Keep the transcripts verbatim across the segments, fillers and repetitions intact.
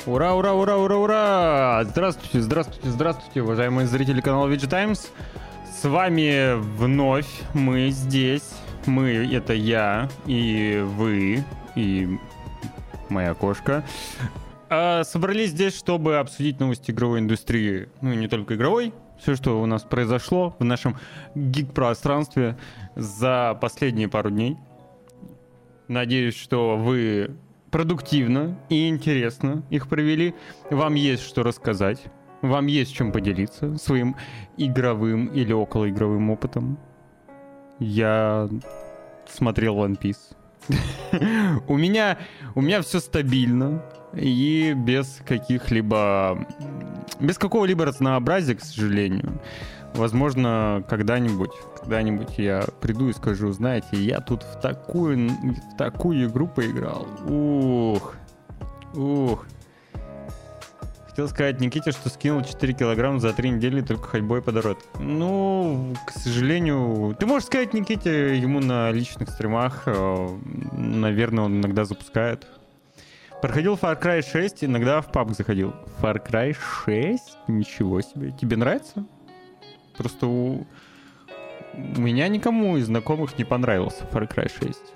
Ура, ура, ура, ура, ура! Здравствуйте, здравствуйте, здравствуйте, уважаемые зрители канала ви джи Times. С вами вновь мы здесь. Мы — это я и вы, и моя кошка. А собрались здесь, чтобы обсудить новости игровой индустрии. Ну и не только игровой. Все, что у нас произошло в нашем гик-пространстве за последние пару дней. Надеюсь, что вы продуктивно и интересно их провели. Вам есть что рассказать. Вам есть чем поделиться своим игровым или околоигровым опытом. Я смотрел One Piece. У меня, у меня все стабильно и без каких-либо, без какого-либо разнообразия, к сожалению. Возможно, когда-нибудь, когда-нибудь я приду и скажу: знаете, я тут в такую, в такую игру поиграл. Ух, ух. Хотел сказать Никите, что скинул четыре килограмма за три недели только ходьбой по дороге. Ну, к сожалению... Ты можешь сказать Никите, ему на личных стримах, наверное, он иногда запускает. Проходил Far Cry шесть, иногда в пабг заходил. Far Cry шесть? Ничего себе. Тебе нравится? Просто у... у меня никому из знакомых не понравился Far Cry шесть.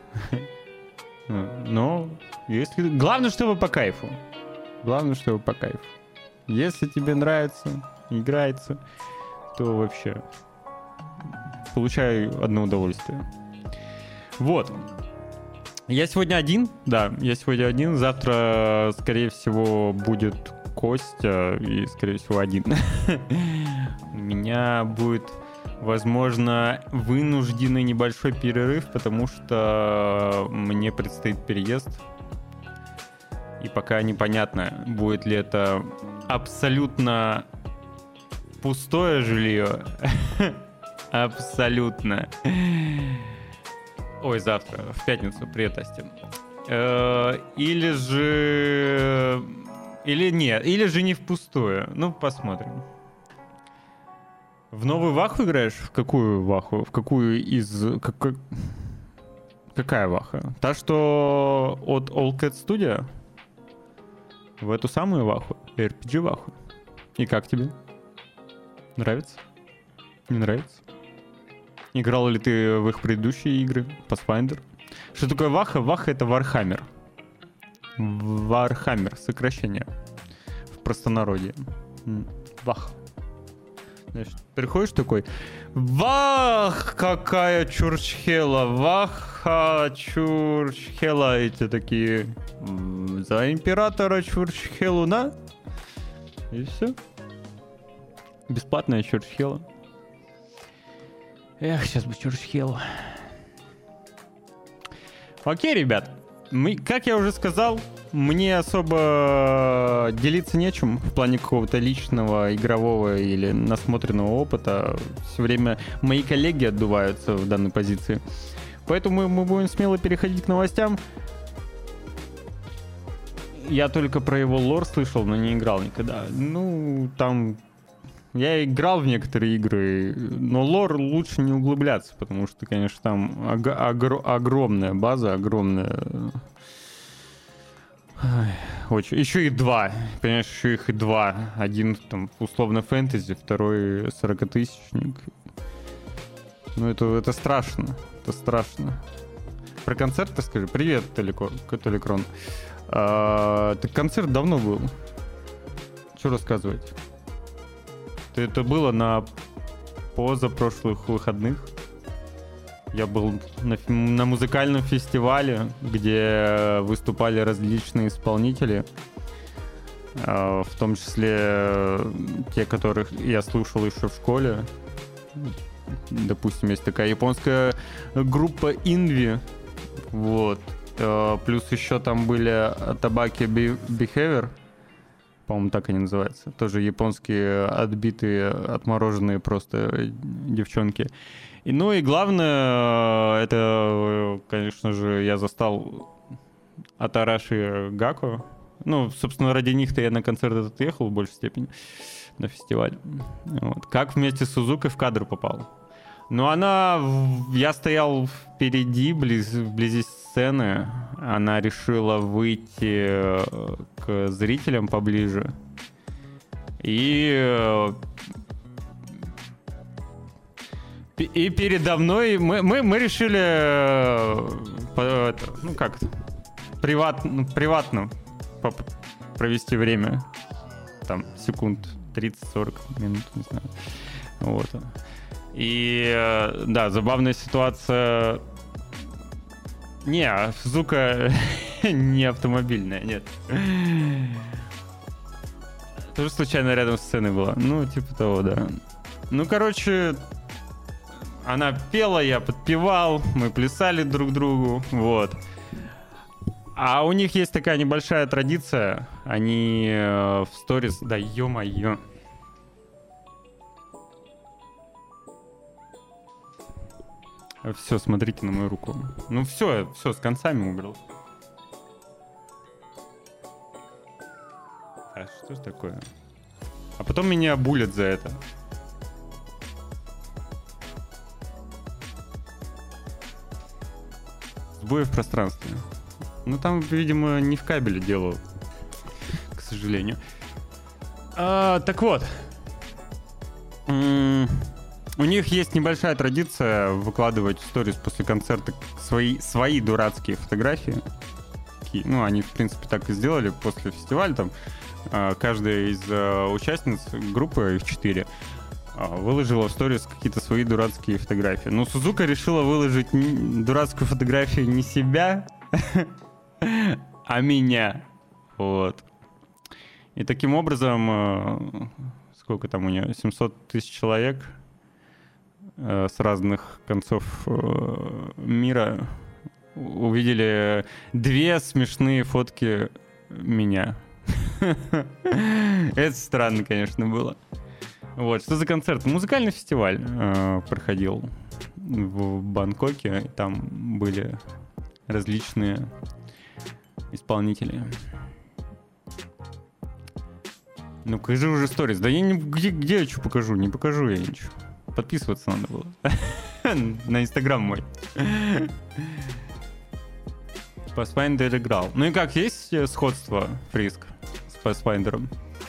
Но если... Главное, чтобы по кайфу. Главное, чтобы по кайфу. Если тебе нравится, играется, то вообще получай одно удовольствие. Вот. Я сегодня один, да, я сегодня один. Завтра, скорее всего, будет Костя и, скорее всего, один. У меня будет, возможно, вынужденный небольшой перерыв, потому что мне предстоит переезд. И пока непонятно, будет ли это абсолютно пустое жилье. Абсолютно. Ой, завтра, в пятницу, привет, Асти. Или же... Или нет, или же не впустую. Ну, посмотрим. В новую Ваху играешь? В какую Ваху? В какую из... Как... Какая Ваха? Та, что от All Cat Studio? В эту самую Ваху? эр пи джи Ваху. И как тебе? Нравится? Не нравится? Играл ли ты в их предыдущие игры? Pathfinder? Что такое Ваха? Ваха — это Warhammer. Warhammer, сокращение. В простонародье. Вах. Значит, приходишь такой: вах, какая чурчхела, ваха, чурчхела. Эти такие: за императора чурчхелу, на. И все. Бесплатная чурчхела. Эх, сейчас бы чурчхелу. Окей, ребят. Мы, как я уже сказал, мне особо делиться нечем в плане какого-то личного, игрового или насмотренного опыта. Все время мои коллеги отдуваются в данной позиции. Поэтому мы будем смело переходить к новостям. Я только про его лор слышал, но не играл никогда. Ну, там... Я играл в некоторые игры, но лор лучше не углубляться, потому что, конечно, там ог- огр- огромная база, огромная... Ой, очень. Еще и два, понимаешь, еще их и два. Один там условно фэнтези, второй сорокатысячник. Ну, это, это страшно, это страшно. Про концерт ты скажи. Привет, Толикрон. А, так концерт давно был. Что рассказывать? Это было на позапрошлых выходных. Я был на, на музыкальном фестивале, где выступали различные исполнители, в том числе те, которых я слушал еще в школе. Допустим, есть такая японская группа Инви. Вот. Плюс еще там были Tabaki Behavior. По-моему, так они называются. Тоже японские отбитые, отмороженные просто девчонки. И, ну и главное, это, конечно же, я застал Атараши Гаку. Ну, собственно, ради них-то я на концерт этот ехал в большей степени, на фестиваль. Вот. Как вместе с Сузукой в кадр попал. Ну, она... Я стоял впереди, близ, вблизи сцены. она решила выйти к зрителям поближе. И... И передо мной мы, мы, мы решили, ну как, приват, приватно провести время. Там секунд тридцать-сорок минут, не знаю. Вот. И да, забавная ситуация. Не, Сузука не автомобильная, нет. Тоже случайно рядом с сценой была. Ну, типа того, да. Ну, короче, она пела, я подпевал, мы плясали друг другу, вот. А у них есть такая небольшая традиция. Они э, в сторис... Да ё-моё. Все, смотрите на мою руку. Ну все, все, с концами убрал. А что ж такое? А потом меня булят за это. Сбои в пространстве. Ну там, видимо, не в кабеле дело, к сожалению. А, так вот. М-м- у них есть небольшая традиция выкладывать в сторис после концерта свои, свои дурацкие фотографии. Ну, они, в принципе, так и сделали после фестиваля. Там каждая из участниц группы, их четыре, выложила в сторис какие-то свои дурацкие фотографии. Но Сузука решила выложить дурацкую фотографию не себя, а меня. Вот. И таким образом, сколько там у нее, семьсот тысяч человек с разных концов мира увидели две смешные фотки меня. Это странно, конечно, было. Вот, что за концерт? Музыкальный фестиваль э, проходил в Бангкоке. Там были различные исполнители. Ну, покажи уже сторис. Да я не... Где, где я что покажу? Не покажу я ничего. Подписываться надо было. На инстаграм мой. Pathfinder играл. Ну и как, есть сходство, Фриск, с Pathfinder?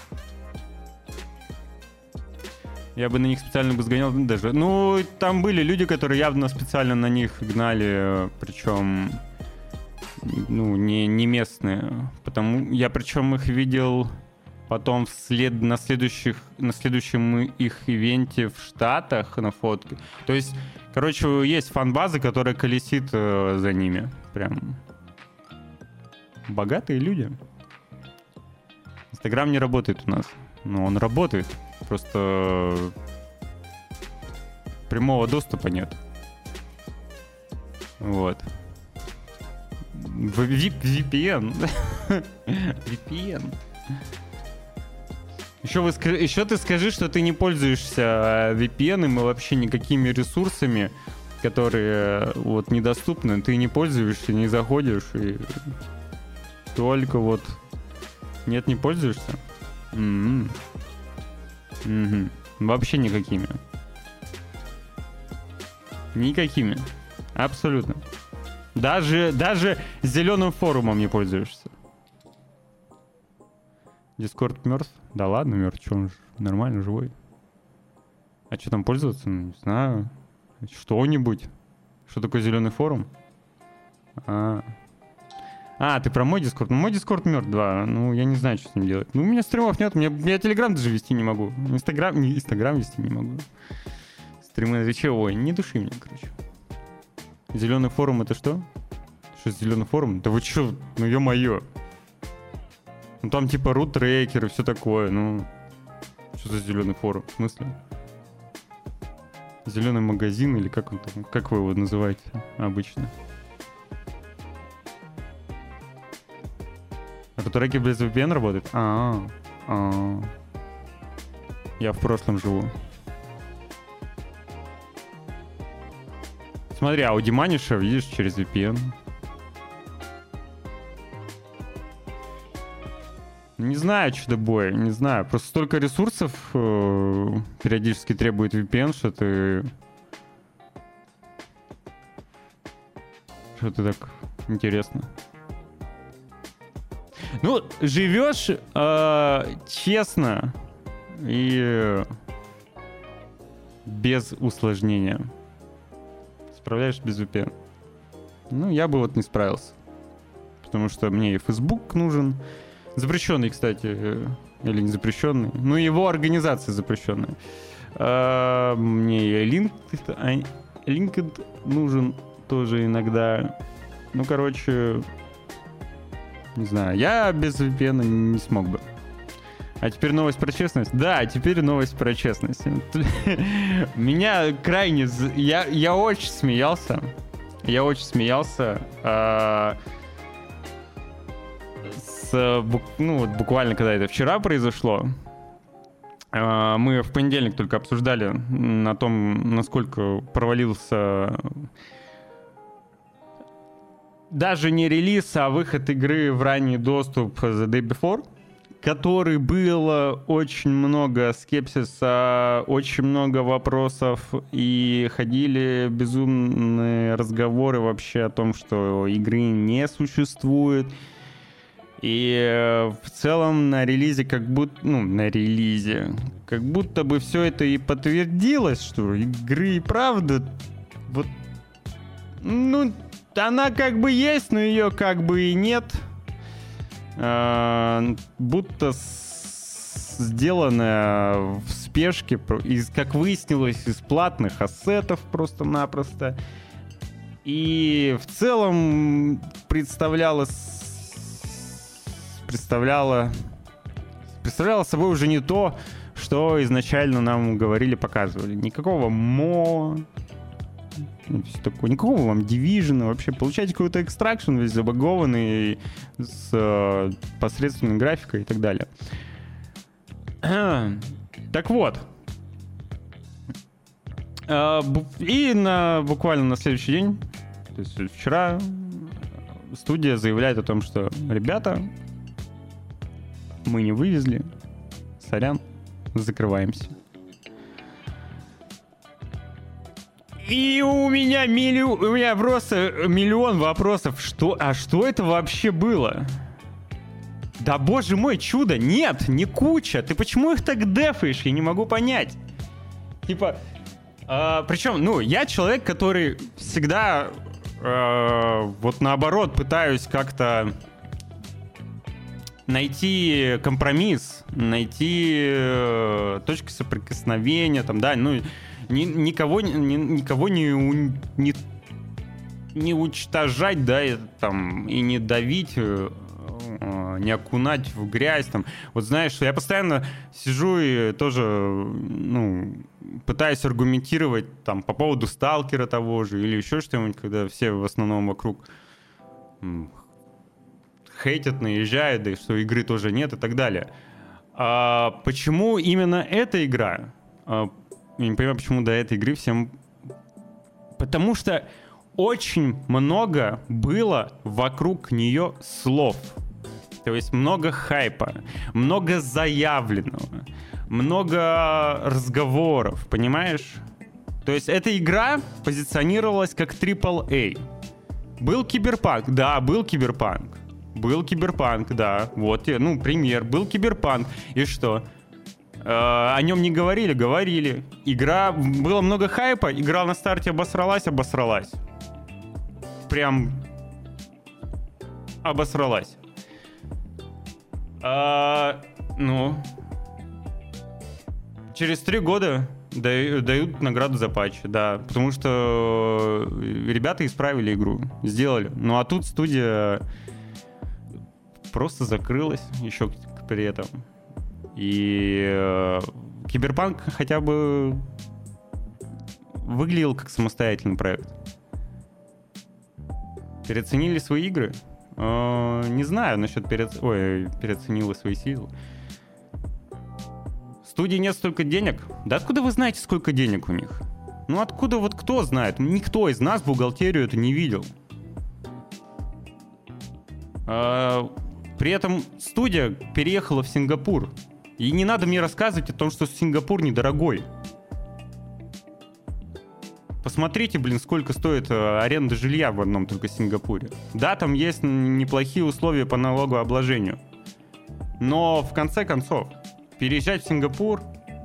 Я бы на них специально бы сгонял даже. Ну, там были люди, которые явно специально на них гнали, причем, ну, не, не местные. Потому я причем их видел потом вслед, на, следующих, на следующем их ивенте в Штатах на фотке. То есть, короче, есть фан-база, которая колесит э, за ними. Прям богатые люди. Инстаграм не работает у нас. Но он работает. Просто прямого доступа нет. Вот. ви пи эн. ви пи эн. Еще, вы, еще ты скажи, что ты не пользуешься ви пи эн и вообще никакими ресурсами, которые вот недоступны. Ты не пользуешься, не заходишь и только вот... Нет, не пользуешься? Mm-hmm. Mm-hmm. Вообще никакими. Никакими. Абсолютно. Даже, даже зеленым форумом не пользуешься. Дискорд мертв? Да ладно, мертв, что он же нормально, живой. А что там пользоваться? Ну, не знаю. Что-нибудь. Что такое зеленый форум? А, а ты про мой дискорд? Ну, мой дискорд мертв, да. Ну, я не знаю, что с ним делать. Ну, у меня стримов нет, у меня, я телеграм даже вести не могу. Инстаграм, не, инстаграм вести не могу. Стримы на Твиче, ой, не души меня, короче. Зеленый форум это что? Что, зеленый форум? Да вы чё? Ну, ё-моё. Ну там типа рут-трекер и все такое, ну... Что за зеленый форум? В смысле? Зеленый магазин или как он там? Как вы его называете обычно? Рут-трекер без ви пи эн работает? А, -а, а, я в прошлом живу. Смотри, а у Диманиша, видишь, через ви пи эн. Не знаю, что бой, не знаю. Просто столько ресурсов э, периодически требует ви пи эн, что ты... Что ты так интересно. Ну, живешь э, честно и без усложнения. Справляешься без ви пи эн. Ну, я бы вот не справился. Потому что мне и Facebook нужен. Запрещенный, кстати, или не запрещенный. Ну, его организация запрещенная. А, мне и LinkedIn, LinkedIn нужен тоже иногда. Ну, короче, не знаю. Я без ви пи эн не смог бы. А теперь новость про честность. Да, теперь новость про честность. Меня крайне... Я, я очень смеялся. Я очень смеялся. А... С, ну, вот буквально, когда это вчера произошло, а, мы в понедельник только обсуждали на том, насколько провалился даже не релиз, а выход игры в ранний доступ The Day Before, который было очень много скепсиса, очень много вопросов, и ходили безумные разговоры вообще о том, что игры не существует. И в целом на релизе как будто, ну, на релизе, как будто бы все это и подтвердилось, что игры и правда, вот, ну, она как бы есть, но ее как бы и нет. А, будто с- сделанная в спешке, из, как выяснилось, из платных ассетов просто-напросто. И в целом представлялось представляла, представляла собой уже не то, что изначально нам говорили, показывали. Никакого мо, все такое, никакого вам Division, вообще получаете какой-то экстракшн весь забагованный с э, посредственной графикой и так далее. Так вот. Э, и на, буквально на следующий день, то есть вчера, студия заявляет о том, что ребята, мы не вывезли, сорян, закрываемся. И у меня миллион, у меня просто миллион вопросов, что, а что это вообще было? Да боже мой, чудо, нет, не куча, ты почему их так дефаешь, я не могу понять. Типа, э, причем, ну, я человек, который всегда, э, вот наоборот, пытаюсь как-то найти компромисс, найти э, точки соприкосновения, там, да, ну, ни, никого, ни, никого не, у, не, не уничтожать, да, и, там, и не давить, э, не окунать в грязь, там. Вот знаешь, я постоянно сижу и тоже, ну, пытаюсь аргументировать, там, по поводу Сталкера того же или еще что-нибудь, когда все в основном вокруг хейтят, наезжают, да и что игры тоже нет и так далее. А почему именно эта игра? А, я не понимаю, почему до этой игры всем... Потому что очень много было вокруг нее слов. То есть много хайпа, много заявленного, много разговоров, понимаешь? То есть эта игра позиционировалась как трипл эй. Был Киберпанк? Да, был Киберпанк. Был Киберпанк, да. Вот, ну, пример. Был Киберпанк. И что? Э, о нем не говорили? Говорили. Игра... Было много хайпа. Игра на старте обосралась, обосралась. Прям... Обосралась. А, ну... Через три года дают, дают награду за патч, да. Потому что ребята исправили игру. Сделали. Ну, а тут студия... просто закрылась еще при этом. И э, Киберпанк хотя бы выглядел как самостоятельный проект. Переоценили свои игры? Э, не знаю насчет переоц... Ой, переоценила свои силы. Студии нет столько денег? Да откуда вы знаете, сколько денег у них? Ну откуда вот кто знает? Никто из нас бухгалтерию это не видел. Э, При этом студия переехала в Сингапур. И не надо мне рассказывать о том, что Сингапур недорогой. Посмотрите, блин, сколько стоит аренда жилья в одном только Сингапуре. Да, там есть неплохие условия по налогообложению. Но в конце концов, переезжать в Сингапур...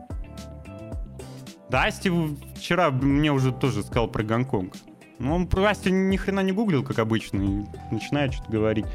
Да, Асти вчера мне уже тоже сказал про Гонконг. Ну, он про Асти ни хрена не гуглил, как обычно, и начинает что-то говорить.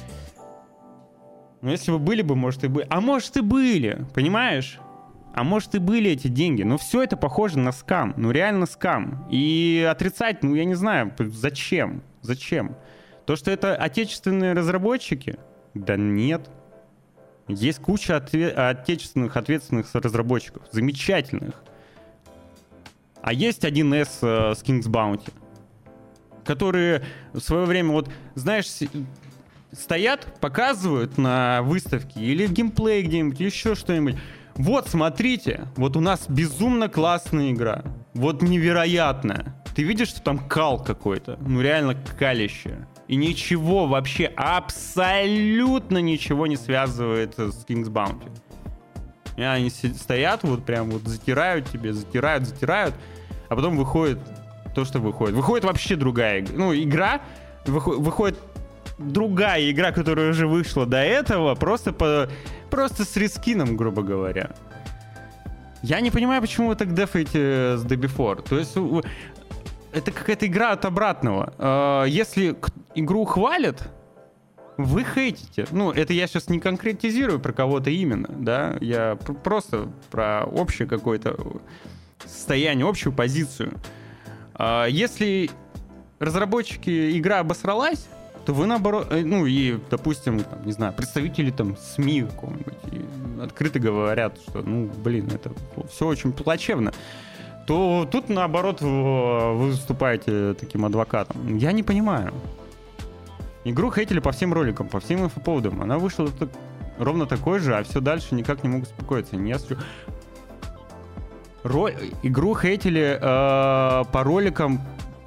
Ну, если бы были бы, может, и были. А может, и были, понимаешь? А может, и были эти деньги. Но все это похоже на скам. Ну, реально скам. И отрицать, ну, я не знаю, зачем? Зачем? То, что это отечественные разработчики? Да нет. Есть куча отве- отечественных ответственных разработчиков. Замечательных. А есть один эс э, с King's Bounty, которые в свое время, вот, знаешь, стоят, показывают на выставке или геймплей где-нибудь, еще что-нибудь. Вот, смотрите, вот у нас безумно классная игра. Вот невероятная. Ты видишь, что там кал какой-то? Ну, реально калище. И ничего вообще, абсолютно ничего не связывает с King's Bounty. И они стоят, вот прям вот затирают тебе, затирают, затирают, а потом выходит то, что выходит. Выходит вообще другая игра. Ну, игра, выходит, выходит другая игра, которая уже вышла до этого, просто, по, просто с рескином, грубо говоря. Я не понимаю, почему вы так дефаете с Day Before. То есть это какая-то игра от обратного. Если игру хвалят, вы хейтите. Ну, это я сейчас не конкретизирую про кого-то именно, да, я пр- просто про общее какое-то состояние, общую позицию. А если разработчики игра обосралась, то вы наоборот, ну и, допустим, там, не знаю, представители там СМИ какого-нибудь открыто говорят, что, ну, блин, это все очень плачевно, то тут наоборот вы выступаете таким адвокатом. Я не понимаю. Игру хейтили по всем роликам, по всем инфоповодам. Она вышла так, ровно такой же, а все дальше никак не могут успокоиться. Не острю... Ро... Игру хейтили э, по роликам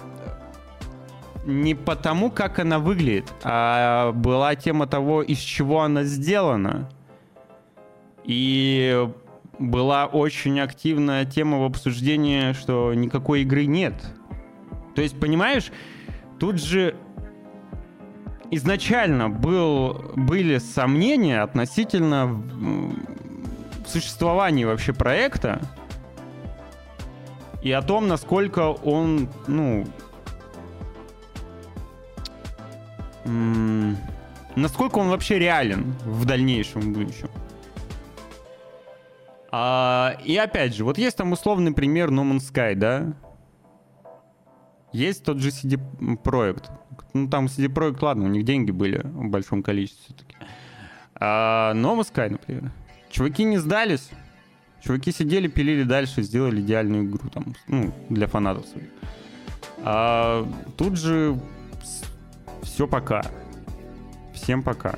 не потому, как она выглядит, а была тема того, из чего она сделана. И была очень активная тема в обсуждении, что никакой игры нет. То есть, понимаешь, тут же изначально был, были сомнения относительно существования вообще проекта и о том, насколько он, ну, м- насколько он вообще реален в дальнейшем будущем. А, и опять же, вот есть там условный пример No Man's Sky, да? Есть тот же си ди Projekt. Ну, там си ди Projekt, ладно, у них деньги были в большом количестве все-таки. А No Man's Sky, например. Чуваки не сдались. Чуваки сидели, пилили дальше, сделали идеальную игру там, ну, для фанатов своих. А тут же все пока. Всем пока.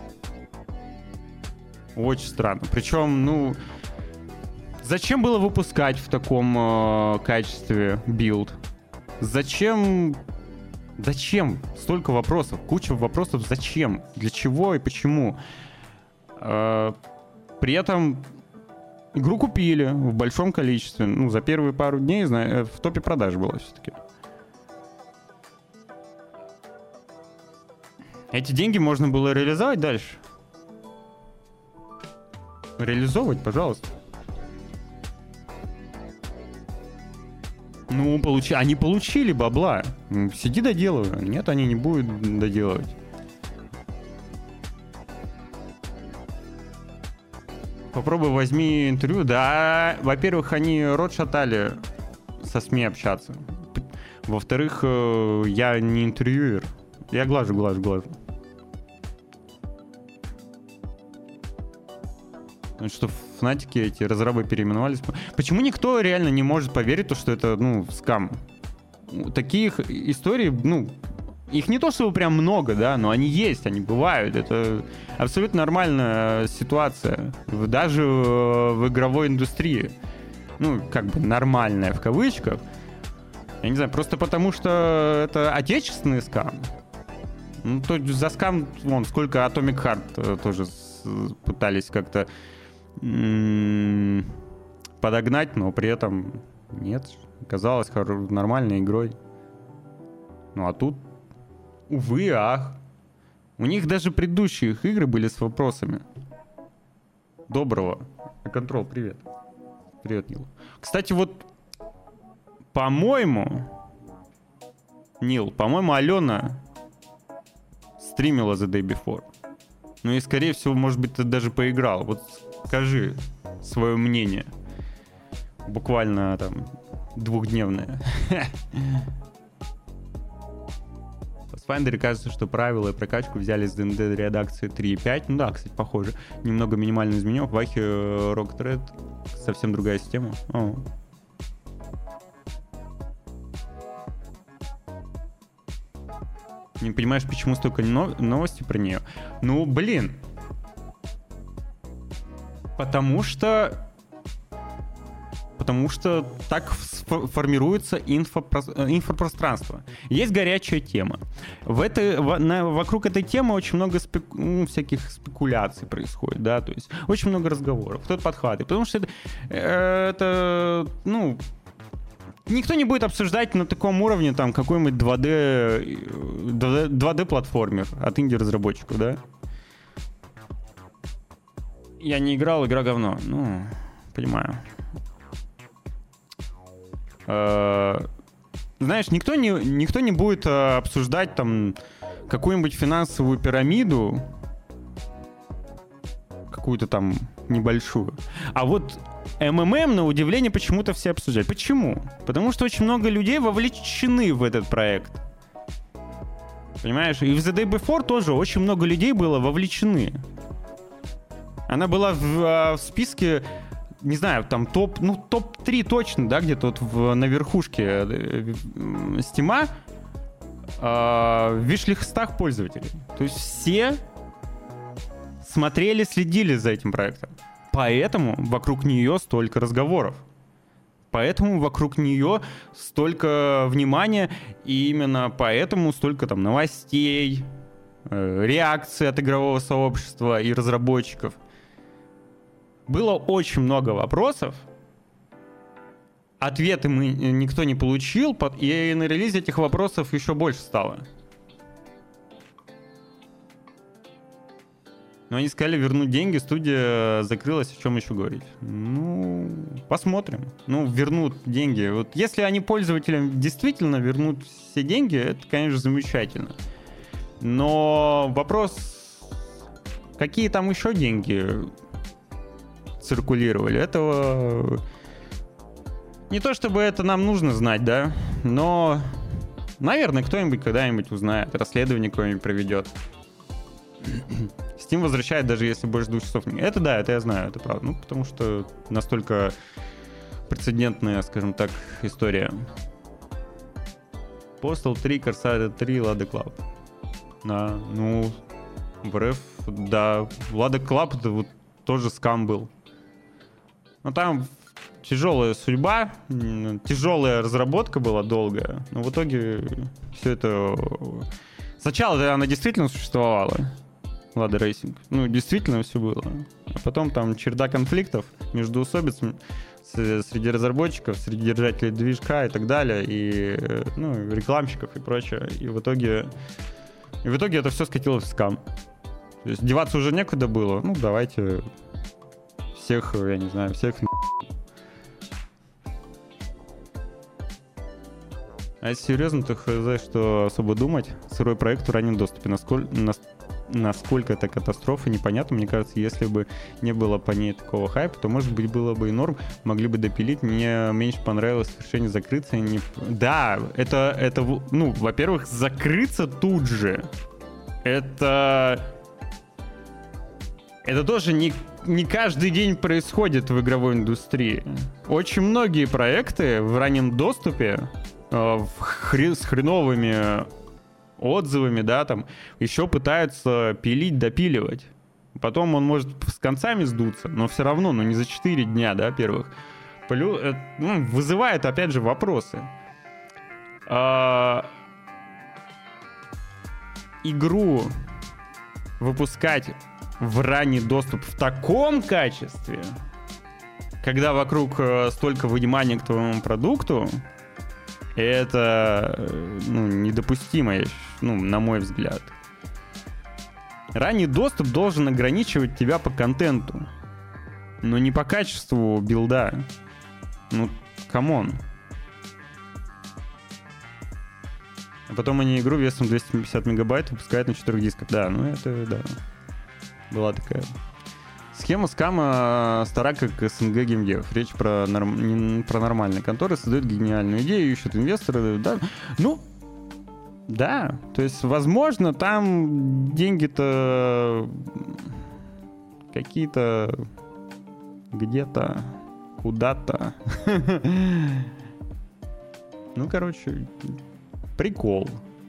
Очень странно. Причем, ну, зачем было выпускать в таком э, качестве билд? Зачем? Зачем? Столько вопросов, куча вопросов. Зачем? Для чего и почему? Э, при этом игру купили в большом количестве. Ну, за первые пару дней в топе продаж была все-таки. Эти деньги можно было реализовать дальше. Реализовывать, пожалуйста. Ну, получи... они получили бабла. Сиди доделывай. Нет, они не будут доделывать. Попробуй возьми интервью. Да, во-первых, они рот шатали со СМИ общаться. Во-вторых, я не интервьюер. Я глажу, глажу, глажу. Что фнатики эти разрабы переименовались. Почему никто реально не может поверить, что это, ну, скам? Таких историй, ну, их не то чтобы прям много, да, но они есть, они бывают. Это абсолютно нормальная ситуация. Даже в игровой индустрии. Ну, как бы нормальная в кавычках. Я не знаю, просто потому что это отечественный скам. Ну, то за скам, вон, сколько Atomic Heart тоже пытались как-то м- подогнать, но при этом нет. Казалось нормальной игрой. Ну, а тут, увы, ах. У них даже предыдущие их игры были с вопросами. доброго. Контрол, привет. Привет, Нил. Кстати, вот, по-моему, Нил, по-моему, Алена стримила The Day Before. Ну и, скорее всего, может быть, ты даже поиграл. Вот скажи свое мнение. Буквально там двухдневное. В Pathfinder кажется, что правила и прокачку взяли из ди энд ди редакции три и пять. Ну да, кстати, похоже. Немного минимально изменил. В Вахе Rocket Red совсем другая система. О. Не понимаешь, почему столько новостей про нее? Ну, блин. Потому что... Потому что так формируется инфопро... инфопространство. Есть горячая тема. В этой, в, на, вокруг этой темы очень много спек... ну, всяких спекуляций происходит, да, то есть очень много разговоров, кто-то подхватывает, потому что это, это, ну, никто не будет обсуждать на таком уровне там какой-нибудь два дэ, два дэ-платформер от инди-разработчиков, да. Я не играл, игра говно, ну, понимаю. Знаешь, никто не, никто не будет обсуждать там какую-нибудь финансовую пирамиду, какую-то там небольшую. А вот эм эм эм, на удивление, почему-то все обсуждают. Почему? Потому что очень много людей вовлечены в этот проект. Понимаешь? И в The Day Before тоже очень много людей было вовлечены. Она была в, в списке... Не знаю, там топ, ну топ-три точно, да, где-то вот в, на верхушке Стима э, в виш-листах пользователей. То есть все смотрели, следили за этим проектом. Поэтому вокруг нее столько разговоров. Поэтому вокруг нее столько внимания, и именно поэтому столько там новостей, э, реакций от игрового сообщества и разработчиков. Было очень много вопросов, ответы мы никто не получил, и на релизе этих вопросов еще больше стало. Но они сказали вернуть деньги, студия закрылась, о чем еще говорить. Ну, посмотрим. Ну, вернут деньги. Вот если они пользователям действительно вернут все деньги, это, конечно, замечательно. Но вопрос, какие там еще деньги циркулировали, этого не то чтобы это нам нужно знать, да, но, наверное, кто-нибудь когда-нибудь узнает, расследование какое-нибудь проведет. Steam возвращает, даже если больше двух часов не... Это да, это я знаю, это правда, ну, потому что настолько прецедентная, скажем так, история. Postal три, Corsair три, Lada Club. Да, ну, в эр эф, да, Lada Club это вот тоже скам был. Ну, там тяжелая судьба, тяжелая разработка была долгая, но в итоге все это... Сначала она действительно существовала, Lada Racing, ну, действительно все было. А потом там череда конфликтов, междоусобиц среди разработчиков, среди держателей движка и так далее, и, ну, рекламщиков и прочее. И в итоге, и в итоге это все скатилось в скам. То есть деваться уже некуда было, ну, давайте... Всех, я не знаю, всех... А если серьезно, то хз, что особо думать. Сырой проект в раннем доступе. Насколько, нас, насколько это катастрофа, непонятно. Мне кажется, если бы не было по ней такого хайпа, то, может быть, было бы и норм. Могли бы допилить. Мне меньше понравилось решение закрыться. И не... Да, это, это, ну, во-первых, закрыться тут же. Это... Это тоже не, не каждый день происходит в игровой индустрии. Очень многие проекты в раннем доступе э, в хре- с хреновыми отзывами, да, там, еще пытаются пилить, допиливать. Потом он может с концами сдуться, но все равно, ну не за четыре дня, да, первых. Плюс, э, ну, вызывает, опять же, вопросы. А, игру выпускать в ранний доступ в таком качестве, когда вокруг столько внимания к твоему продукту, это, ну, недопустимо, ну, на мой взгляд. Ранний доступ должен ограничивать тебя по контенту. Но не по качеству билда. Ну, камон. А потом они игру весом двести пятьдесят мегабайт выпускают на четырех дисках. Да, ну это, да. Была такая... Схема скама стара, как СНГ геймдев. Речь про, норм... не про нормальные конторы, создают гениальную идею, ищут инвесторы. Да. Ну, да. То есть, возможно, там деньги-то какие-то где-то, куда-то. Ну, короче, прикол.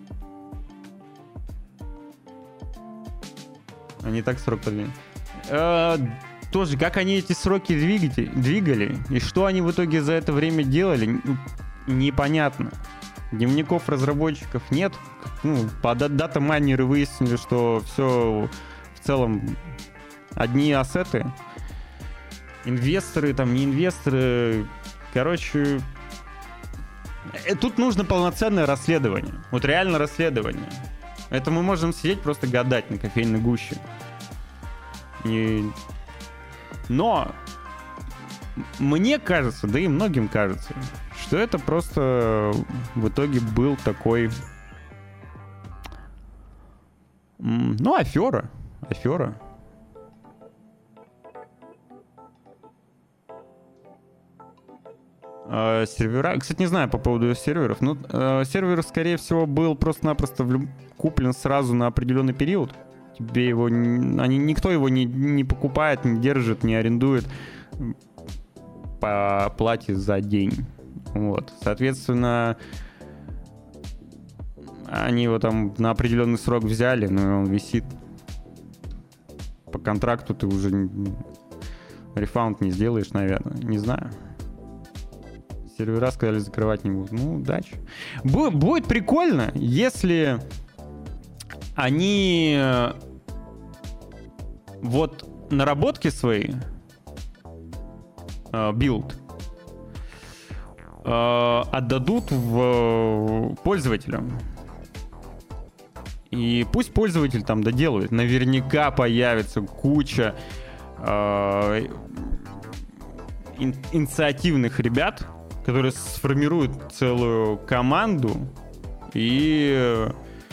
Они так срок подвинули. Э, тоже, как они эти сроки двигали, двигали, и что они в итоге за это время делали, непонятно. Дневников разработчиков нет. Ну, по дата-майнеры выяснили, что все в целом одни ассеты. Инвесторы, там не инвесторы. Короче, тут нужно полноценное расследование. Вот реально расследование. Это мы можем сидеть просто гадать на кофейной гуще. И... Но мне кажется, да и многим кажется, что это просто в итоге был такой... Ну, афера. Афера. Uh, сервера... Кстати, не знаю по поводу серверов. Но uh, сервер, скорее всего, был просто-напросто влюб... куплен сразу на определенный период. Тебе его... Они... Никто его не... не покупает, не держит, не арендует по плате за день. Вот. Соответственно, они его там на определенный срок взяли, но он висит. По контракту ты уже рефаунд не сделаешь, наверное. Не знаю. Сервера сказали, закрывать не будут. Ну, удачи. Бу- будет прикольно, если они вот наработки свои, билд, э, э, отдадут в пользователям. И пусть пользователь там доделывает. Наверняка появится куча э, ин- инициативных ребят, которые сформируют целую команду и,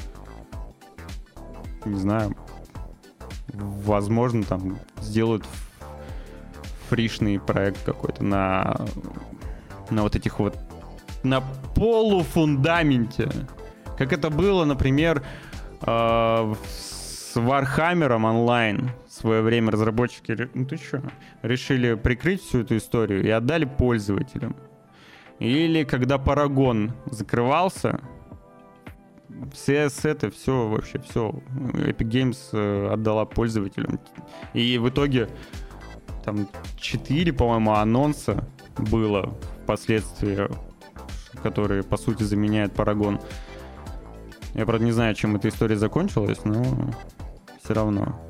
не знаю, возможно, там сделают фришный проект какой-то на, на вот этих вот, на полуфундаменте. Как это было, например, э, с Warhammer'ом онлайн. В свое время разработчики, ну ты что, решили прикрыть всю эту историю и отдали пользователям. Или когда Paragon закрывался, все ассеты, все вообще, все Epic Games отдала пользователям. И в итоге там четыре, по-моему, анонса было впоследствии, которые, по сути, заменяют Paragon. Я, правда, не знаю, чем эта история закончилась, но все равно.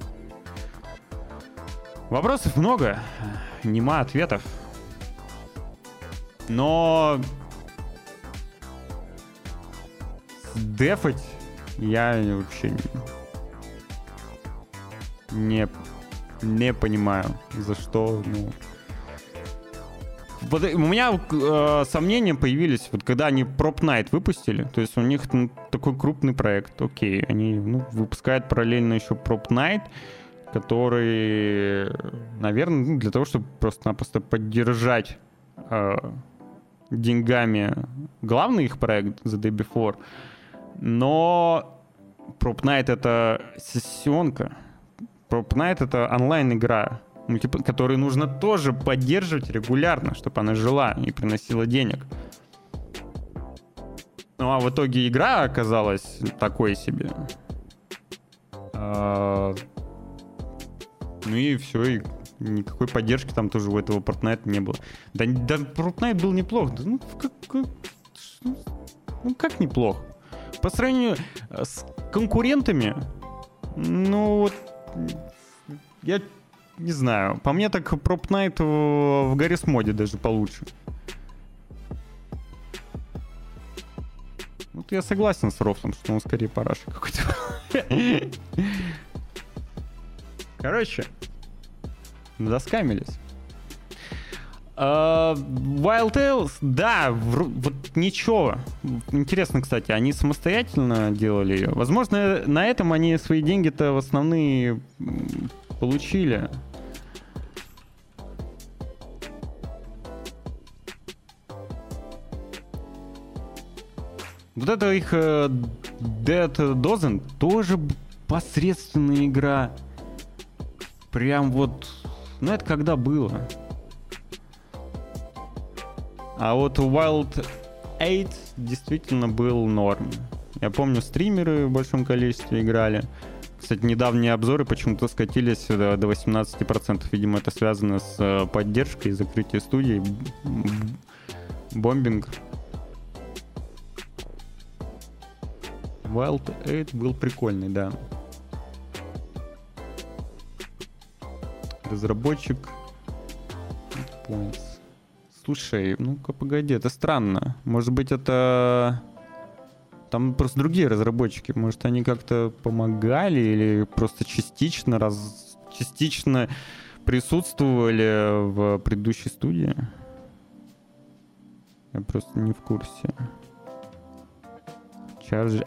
Вопросов много, нема ответов. Но дефать я вообще не, не понимаю, за что. Ну. Вот у меня э, сомнения появились, вот когда они Prop Night выпустили. То есть у них ну, такой крупный проект. Окей, они ну, выпускают параллельно еще Prop Night, который, наверное, ну, для того, чтобы просто-напросто поддержать э, деньгами главный их проект The Day Before. Но Prop Night — это сессионка. Prop Night — это онлайн-игра, которую нужно тоже поддерживать регулярно, чтобы она жила и приносила денег. Ну а в итоге игра оказалась такой себе. А... Ну и все, и никакой поддержки там тоже у этого Fortnite не было. Да, да Fortnite был неплох. Да, ну, как, как, ну как неплох? По сравнению с конкурентами, ну вот, я не знаю. По мне так Prop Night в, в Garry's Mod даже получше. Вот я согласен с Рофлом, что он скорее параша какой-то. Короче, заскамились. Uh, Wild Tales, да, вр- вот ничего. Интересно, кстати, они самостоятельно делали ее? Возможно, на этом они свои деньги-то в основные получили. Вот это их uh, Dead Dozen тоже посредственная игра. Прям вот... Ну, это когда было? А вот Wild восемь действительно был норм. Я помню, стримеры в большом количестве играли. Кстати, недавние обзоры почему-то скатились до, до восемнадцати процентов. Видимо, это связано с поддержкой, закрытием студий, бомбинг. Wild восемь был прикольный, да. Разработчик Points. Слушай, ну-ка, погоди, это странно. Может быть, это... Там просто другие разработчики. Может, они как-то помогали или просто частично, раз... частично присутствовали в предыдущей студии? Я просто не в курсе. Charge...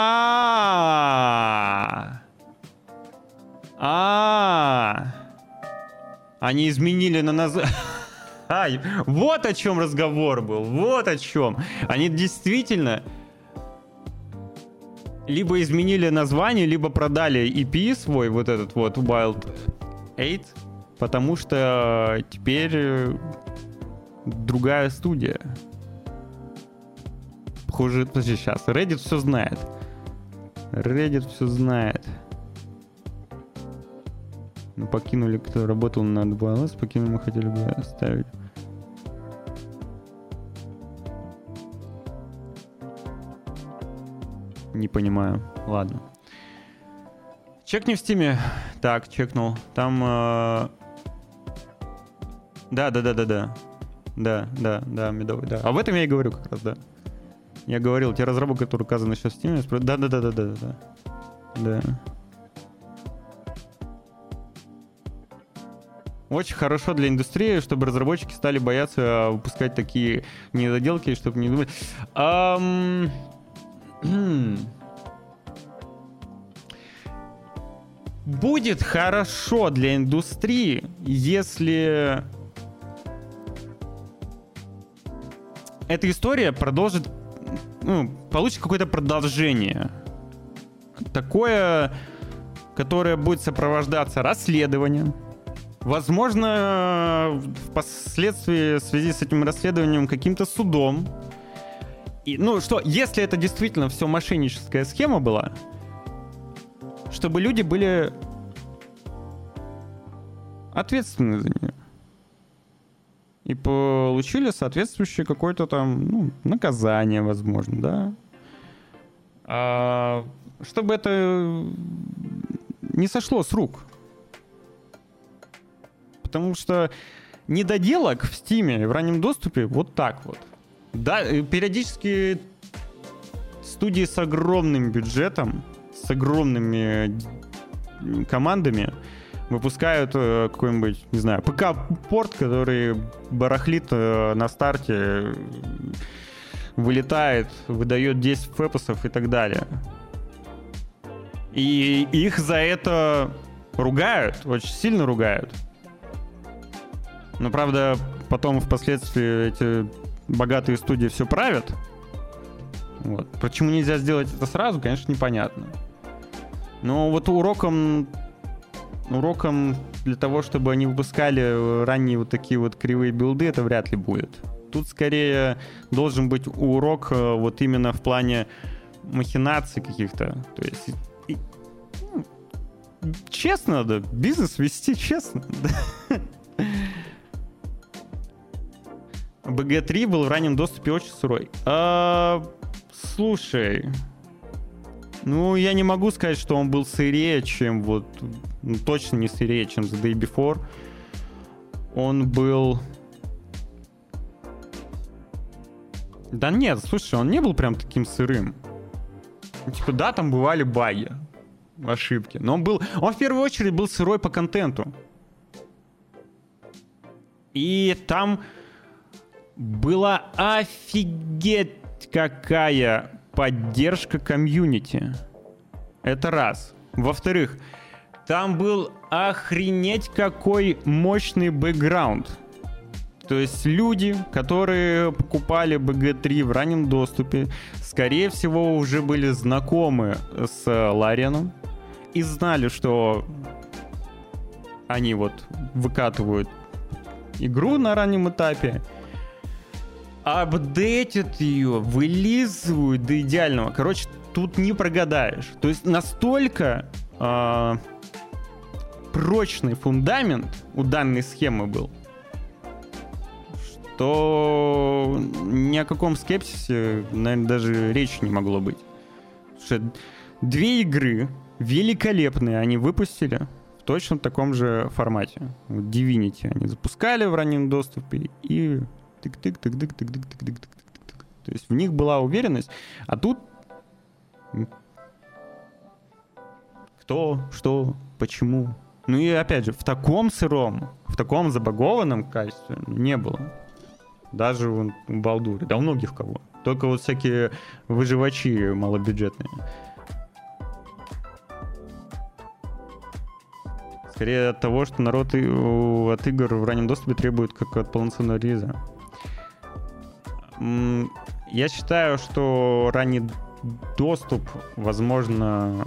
А-а-а! А-а-а! Они изменили на название... А, вот о чем разговор был, вот о чем. Они действительно либо изменили название, либо продали и пи свой, вот этот вот Wild восемь, потому что теперь другая студия. Похоже, подожди, сейчас. Reddit все знает. Reddit все знает. Мы покинули, кто работал над Wild восемь, покинули, мы хотели бы оставить. Не понимаю. Ладно. Чекни в стиме. Так, чекнул. Там... Э... Да, да, да, да, да. Да, да, да, медовый, да. Об этом я и говорю как раз, да. Я говорил, те разработчики, которые указаны сейчас в стиме... Да, да, да, да, да, да. Да. Очень хорошо для индустрии, чтобы разработчики стали бояться выпускать такие недоделки, чтобы не думать. Ам... Будет хорошо для индустрии, если эта история продолжит, ну, получит какое-то продолжение. Такое, которое будет сопровождаться расследованием. Возможно, впоследствии в связи с этим расследованием каким-то судом. И, ну что, если это действительно все мошенническая схема была, чтобы люди были ответственны за нее. И получили соответствующее какое-то там, ну, наказание, возможно, да. А, чтобы это не сошло с рук. Потому что недоделок в Стиме в раннем доступе вот так вот. Да, периодически студии с огромным бюджетом, с огромными командами выпускают э, какой-нибудь, не знаю, ПК-порт, который барахлит э, на старте, вылетает, выдает десять фэпосов и так далее. И их за это ругают, очень сильно ругают. Но, правда, потом впоследствии эти богатые студии все правят. Вот. Почему нельзя сделать это сразу, конечно, непонятно. Но вот уроком, уроком для того, чтобы они выпускали ранние вот такие вот кривые билды, это вряд ли будет. Тут скорее должен быть урок вот именно в плане махинаций каких-то. То есть и, ну, честно надо бизнес вести, честно. би джи три был в раннем доступе очень сырой. А, слушай, ну я не могу сказать, что он был сырее, чем вот, ну, точно не сырее, чем The Day Before. Он был... Да нет, слушай, он не был прям таким сырым. Типа, да, там бывали баги, ошибки, но он был... Он в первую очередь был сырой по контенту. И там... была офигеть какая поддержка комьюнити. Это раз. Во-вторых, там был охренеть какой мощный бэкграунд. То есть люди, которые покупали би джи три в раннем доступе, скорее всего, уже были знакомы с Ларианом и знали, что они вот выкатывают игру на раннем этапе, апдейтят ее, вылизывают до идеального. Короче, тут не прогадаешь. То есть настолько э, прочный фундамент у данной схемы был, что ни о каком скепсисе, наверное, даже речи не могло быть. Потому что две игры великолепные они выпустили в точно таком же формате. Вот Divinity они запускали в раннем доступе и тык-тык-тык-тык-тык-тык-тык-тык-тык. То есть в них была уверенность, а тут кто, что, почему. Ну и опять же, в таком сыром, в таком забагованном качестве не было. Даже у Балдуры, да у многих кого. Только вот всякие выживачи малобюджетные. Скорее от того, что народ и, у, от игр в раннем доступе требует как от полноценного релиза. Я считаю, что ранний доступ, возможно,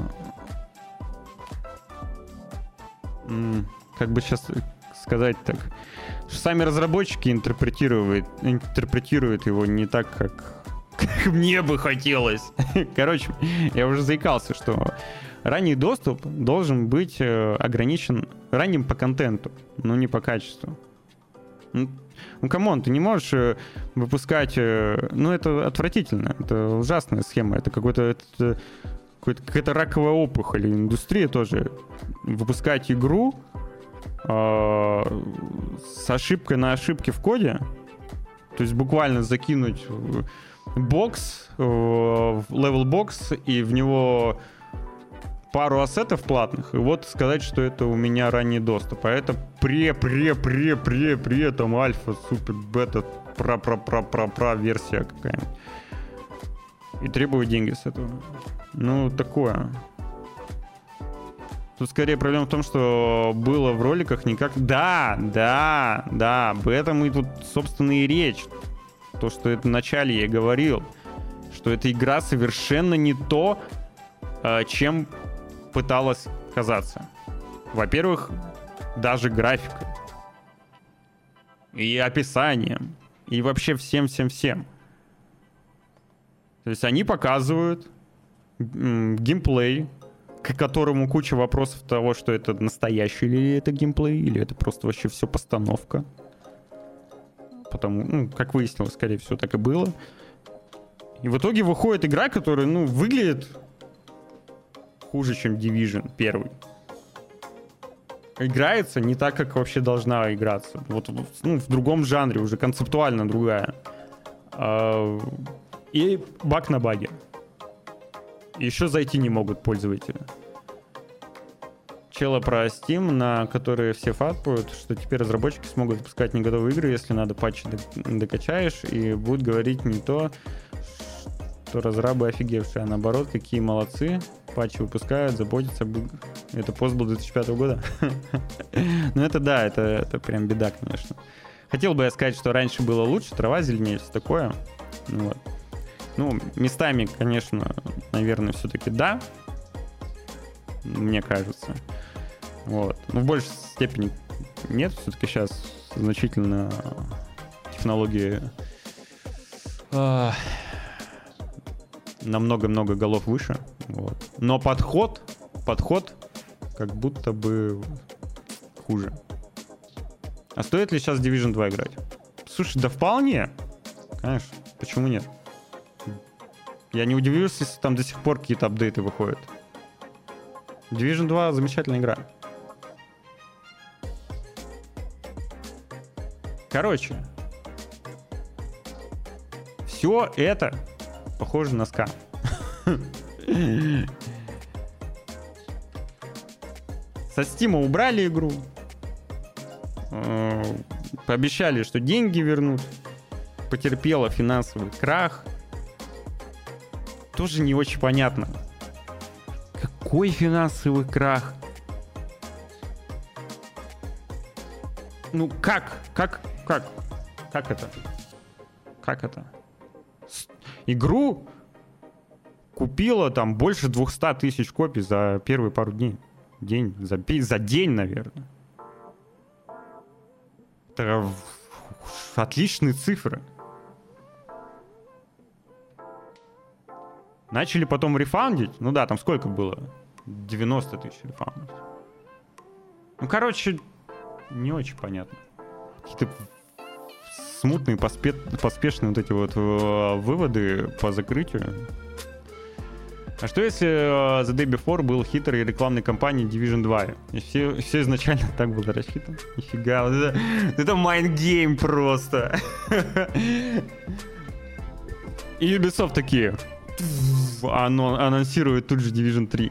как бы сейчас сказать так, что сами разработчики интерпретируют, интерпретируют его не так, как, как мне бы хотелось. Короче, я уже заикался, что ранний доступ должен быть ограничен ранним по контенту, но не по качеству. Ну, камон, ты не можешь выпускать... Ну, это отвратительно, это ужасная схема, это какой-то... Это, какая-то раковая опухоль, индустрия тоже. Выпускать игру э, с ошибкой на ошибке в коде, то есть буквально закинуть бокс, э, level бокс, и в него пару ассетов платных, и вот сказать, что это у меня ранний доступ, а это пре-пре-пре-пре-пре, там альфа, супер, бета, пра-пра-пра-пра-пра версия какая-нибудь. И требуют деньги с этого. Ну, такое. Тут скорее проблема в том, что было в роликах никак... Да, да, да, об этом и тут, собственно, и речь. То, что это в начале я говорил, что эта игра совершенно не то, чем пыталась казаться. Во-первых, даже графикой. И описанием. И вообще всем-всем-всем. То есть они показывают м- геймплей, к которому куча вопросов того, что это настоящий ли это геймплей, или это просто вообще все постановка. Потому, ну, как выяснилось, скорее всего, так и было. И в итоге выходит игра, которая, ну, выглядит хуже, чем Division первый. Играется не так, как вообще должна играться. Вот, ну, в другом жанре, уже концептуально другая. И баг на баге. Еще зайти не могут пользователи. Чела про Steam, на которые все фапают, что теперь разработчики смогут выпускать не готовые игры, если надо патчи докачаешь, и будут говорить не то, что разрабы офигевшие, а наоборот, какие молодцы, патчи выпускают, заботятся об играх. Это пост был две тысячи пятого года. Ну это да, это, это прям беда, конечно. Хотел бы я сказать, что раньше было лучше, трава зеленее, все такое. Вот. Ну, местами, конечно, наверное, все-таки да, мне кажется. Вот. Но в большей степени нет, все-таки сейчас значительно технологии э, на много-много голов выше. Вот. Но подход, подход как будто бы хуже. А стоит ли сейчас Division два играть? Слушай, да вполне. Конечно, почему нет? Я не удивлюсь, если там до сих пор какие-то апдейты выходят. Division два замечательная игра. Короче, все это похоже на скам. Со Steam убрали игру. Пообещали, что деньги вернут. потерпела финансовый крах, тоже не очень понятно. Какой финансовый крах? Ну как? Как? Как? Как это? Как это? С- Игру купила там больше двухсот тысяч копий за первые пару дней. День. За, пи- за день, наверное. Это в- отличные цифры. Начали потом рефандить. Ну да, там сколько было? девяносто тысяч рефандов. Ну, короче, не очень понятно. Какие-то смутные, поспе... поспешные вот эти вот э, выводы по закрытию. А что если э, The Day Before был хитрой рекламной кампанией Division два? И все, все изначально так было рассчитано? Нифига, вот это, это майндгейм просто. И Ubisoft такие... Оно анонсирует тут же Division три.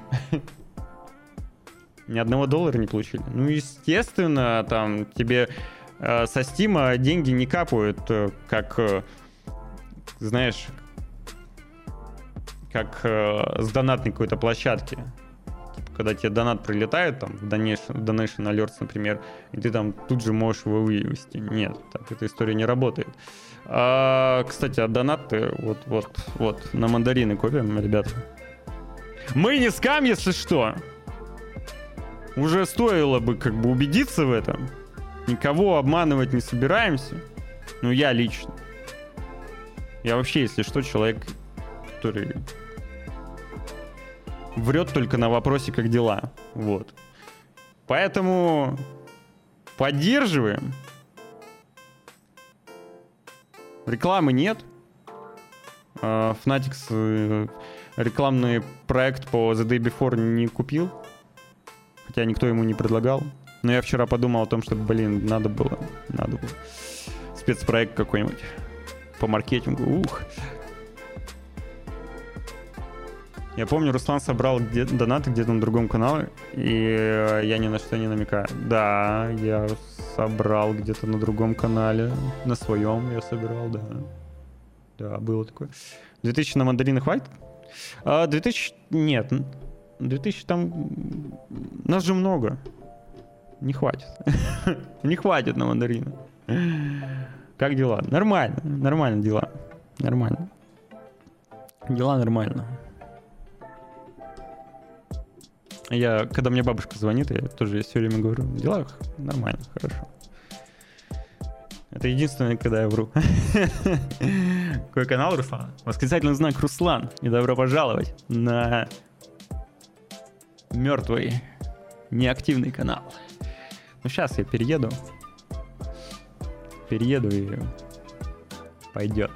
Ни одного доллара не получили. Ну, естественно, там тебе э, со Steam деньги не капают, э, как, э, знаешь, как э, с донатной какой-то площадки. Типа, когда тебе донат прилетает, там, в Donation, в Donation Alerts, например, и ты там тут же можешь его вывести. Нет, так эта история не работает. А, кстати, а донаты вот, вот, вот, на мандарины копим, ребята. Мы не скам, если что. Уже стоило бы как бы убедиться в этом. Никого обманывать не собираемся. Ну, я лично. Я вообще, если что, человек, который врет только на вопросе, как дела. Вот. Поэтому поддерживаем. Рекламы нет. Fanatics рекламный проект по The Day Before не купил. Хотя никто ему не предлагал. Но я вчера подумал о том, что, блин, надо было. Надо было. Спецпроект какой-нибудь по маркетингу. Ух. Я помню, Руслан собрал где- донаты где-то на другом канале, и я ни на что не намекаю. Да, я собрал где-то на другом канале, на своем я собирал, да. Да, было такое. две тысячи на мандарины хватит? А, две тысячи... Нет. две тысячи там... Нас же много. Не хватит. Не хватит на мандарины. Как дела? Нормально. Нормально дела. Нормально. Дела нормально. Я, когда мне бабушка звонит, я тоже все время говорю, дела нормально, хорошо. Это единственное, когда я вру. Какой канал, Руслан? Восклицательный знак Руслан. И добро пожаловать на мертвый, неактивный канал. Ну, сейчас я перееду. Перееду и пойдет.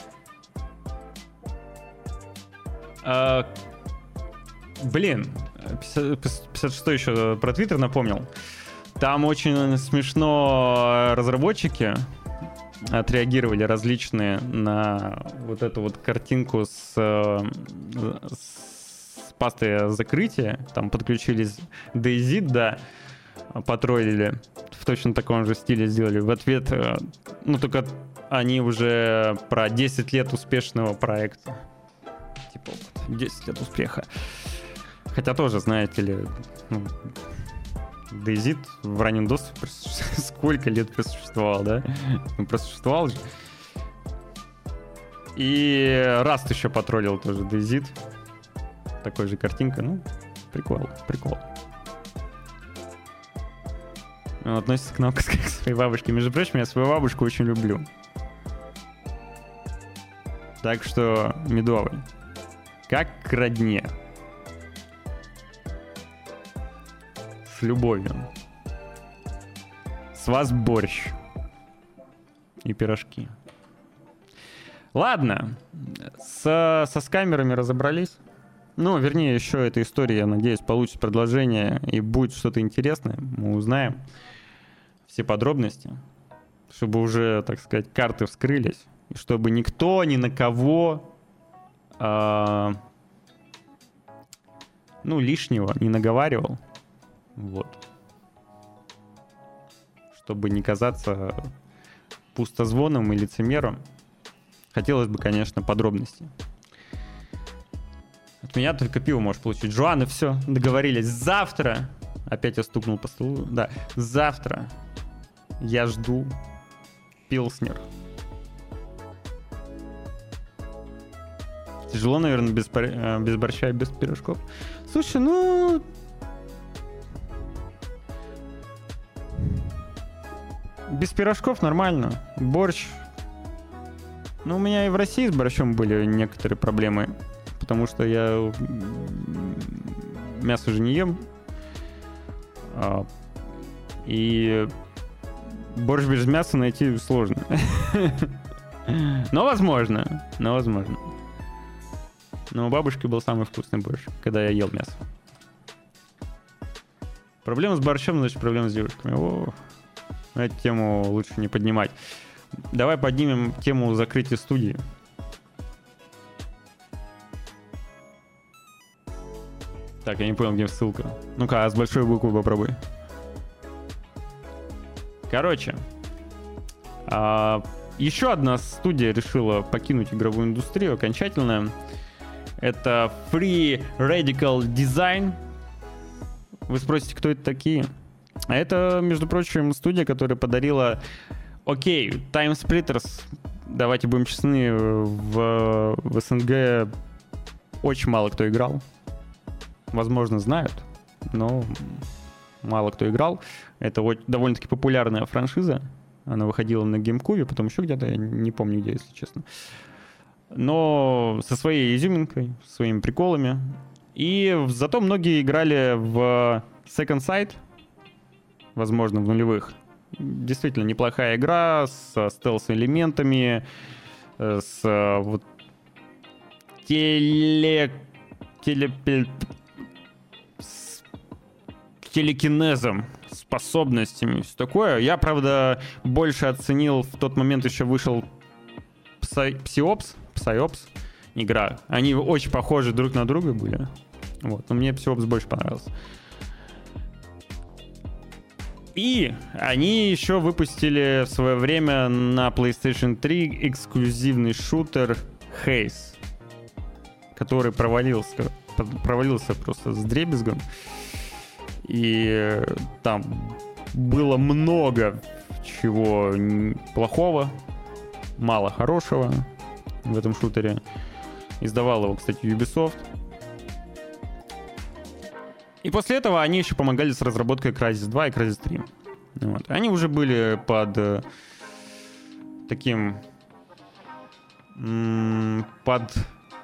А, блин, пятьдесят шестой еще про Твиттер напомнил. Там очень смешно разработчики отреагировали различные на вот эту вот картинку с, с пастой закрытия. Там подключились DayZ, да, потроллили. В точно таком же стиле сделали. В ответ, ну только они уже про десять лет успешного проекта. Типа десять лет успеха. Хотя тоже, знаете ли, ну, DayZ в раннем доступе сколько лет просуществовал, да? Ну, просуществовал же. И Rust еще потроллил тоже DayZ. Такой же картинка, ну, прикол, прикол. Он относится к нам как к своей бабушке. Между прочим, я свою бабушку очень люблю. Так что, медовый, как к родне. С любовью. С вас борщ. И пирожки. Ладно. С, со скамерами разобрались. Ну, вернее, еще эта история, я надеюсь, получит продолжение и будет что-то интересное. Мы узнаем все подробности, чтобы уже, так сказать, карты вскрылись. И чтобы никто ни на кого э, ну, лишнего не наговаривал. Вот. Чтобы не казаться пустозвоном и лицемером. Хотелось бы, конечно, подробностей. От меня только пиво можешь получить. Жуан, и все, договорились. Завтра, опять я стукнул по столу, да, завтра я жду пилснер. Тяжело, наверное, без, без борща и без пирожков. Слушай, ну... Без пирожков нормально. Борщ... Ну, у меня и в России с борщом были некоторые проблемы. Потому что я мясо же не ем. И борщ без мяса найти сложно. Но возможно. Но возможно. Но у бабушки был самый вкусный борщ, когда я ел мясо. Проблема с борщом, значит, проблема с девушками. О, эту тему лучше не поднимать. Давай поднимем тему закрытия студии. Так, я не понял, где ссылка. Ну-ка, а с большой буквы попробуй. Короче, а, еще одна студия решила покинуть игровую индустрию окончательно. Это Free Radical Design. Вы спросите, кто это такие? А это, между прочим, студия, которая подарила... Окей, Time Splitters, давайте будем честны, в, в СНГ очень мало кто играл. Возможно, знают, но мало кто играл. Это вот довольно-таки популярная франшиза. Она выходила на GameCube, потом еще где-то, я не помню где, если честно. Но со своей изюминкой, своими приколами. И зато многие играли в Second Sight, возможно, в нулевых. Действительно неплохая игра с стелс-элементами, с вот теле... теле... с телекинезом, способностями, все такое. Я, правда, больше оценил, в тот момент еще вышел Psyops, Psyops игра. Они очень похожи друг на друга были. Вот. Но мне Psyops больше понравился. И они еще выпустили в свое время на PlayStation три эксклюзивный шутер Haze, который провалился, провалился просто с дребезгом. И там было много чего плохого, мало хорошего в этом шутере. Издавал его, кстати, Ubisoft. И после этого они еще помогали с разработкой Crysis два и Crysis три. Вот. Они уже были под э, таким... М- под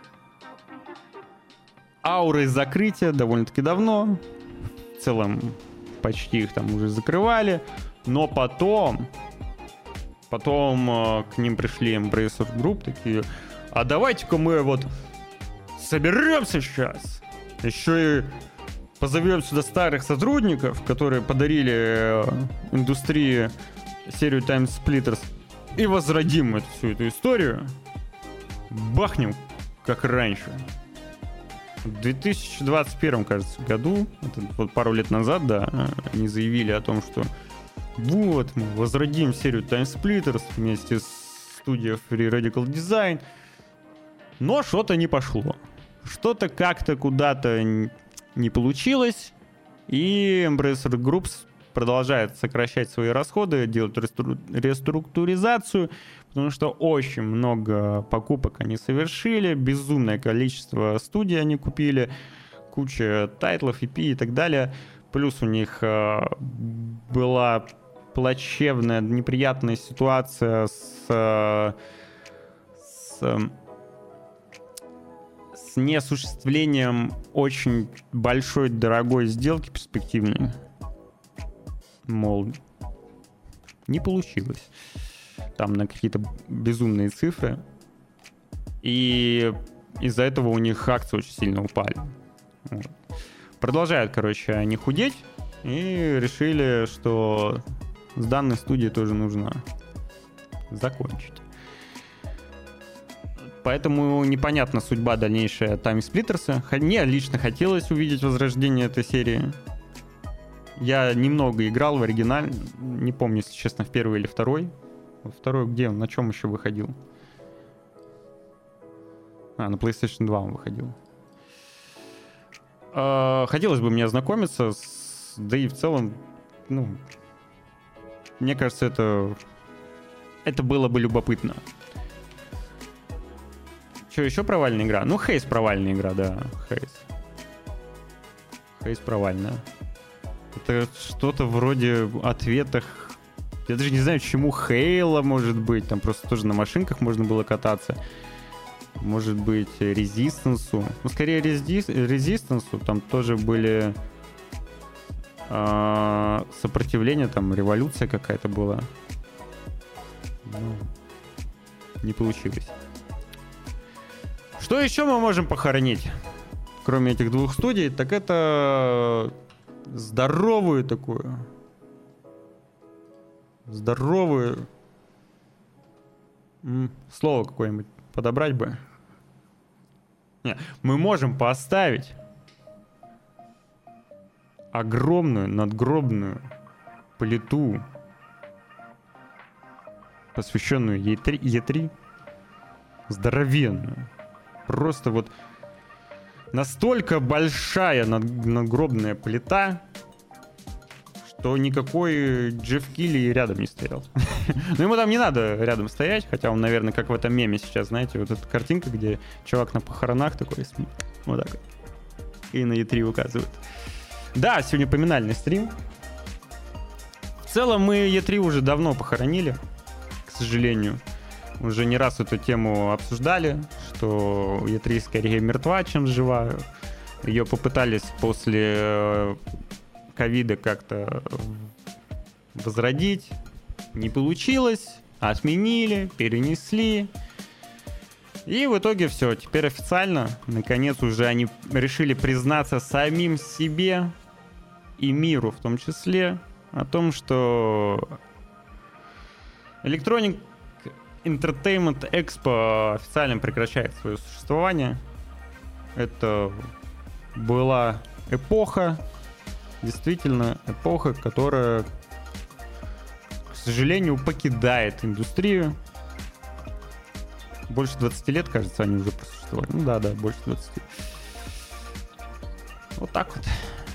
аурой закрытия довольно-таки давно. В целом почти их там уже закрывали. Но потом... Потом э, к ним пришли Embracer Group такие... А давайте-ка мы вот соберемся сейчас. Еще и позовем сюда старых сотрудников, которые подарили индустрии серию Time Splitters, и возродим эту, всю эту историю. Бахнем, как раньше. В две тысячи двадцать первом, кажется, году, это вот пару лет назад, да, они заявили о том, что вот, мы возродим серию Time Splitters вместе с студией Free Radical Design. Но что-то не пошло. Что-то как-то куда-то не получилось. И Embracer Group продолжает сокращать свои расходы, делать рестру... реструктуризацию, потому что очень много покупок они совершили, безумное количество студий они купили, куча тайтлов, и пи и так далее. Плюс у них э, была плачевная, неприятная ситуация с... Э, с с неосуществлением очень большой, дорогой сделки перспективной. Мол, не получилось. Там на какие-то безумные цифры. И из-за этого у них акции очень сильно упали. Вот. Продолжают, короче, они худеть. И решили, что с данной студией тоже нужно закончить. Поэтому непонятна судьба дальнейшая Time Splitters. Мне лично хотелось увидеть возрождение этой серии. Я немного играл в оригинале. Не помню, если честно, в первый или второй. Второй где он? На чем еще выходил? А, на PlayStation два он выходил. Хотелось бы мне ознакомиться, с... да и в целом, ну, мне кажется, это, это было бы любопытно. Что, еще провальная игра? Ну, Хейс провальная игра, да, Хейс. Хейс провальная. Это что-то вроде ответах. Я даже не знаю, чему Хейла может быть. Там просто тоже на машинках можно было кататься. Может быть, Резистансу. Ну, скорее, Резистансу. Там тоже были э, сопротивления, там революция какая-то была. Ну, не получилось. Что еще мы можем похоронить, кроме этих двух студий? Так это здоровую такую. Здоровую. М, слово какое-нибудь подобрать бы. Не, мы можем поставить огромную надгробную плиту, посвященную и три, и три, здоровенную. Просто вот настолько большая над, надгробная плита, что никакой Джефф Килли рядом не стоял. Но ему там не надо рядом стоять, хотя он, наверное, как в этом меме сейчас, знаете, вот эта картинка, где чувак на похоронах такой, вот так вот, и на и три указывает. Да, сегодня поминальный стрим. В целом мы и три уже давно похоронили, к сожалению. Уже не раз эту тему обсуждали, что и три скорее мертва, чем жива. Ее попытались после ковида как-то возродить. Не получилось. Отменили, перенесли. И в итоге все. Теперь официально, наконец, уже они решили признаться самим себе и миру в том числе о том, что Electronic Entertainment Expo официально прекращает свое существование. Это была эпоха, действительно эпоха, которая, к сожалению, покидает индустрию. Больше двадцати лет, кажется, они уже просуществовали. Ну да, да, больше двадцати. Вот так вот.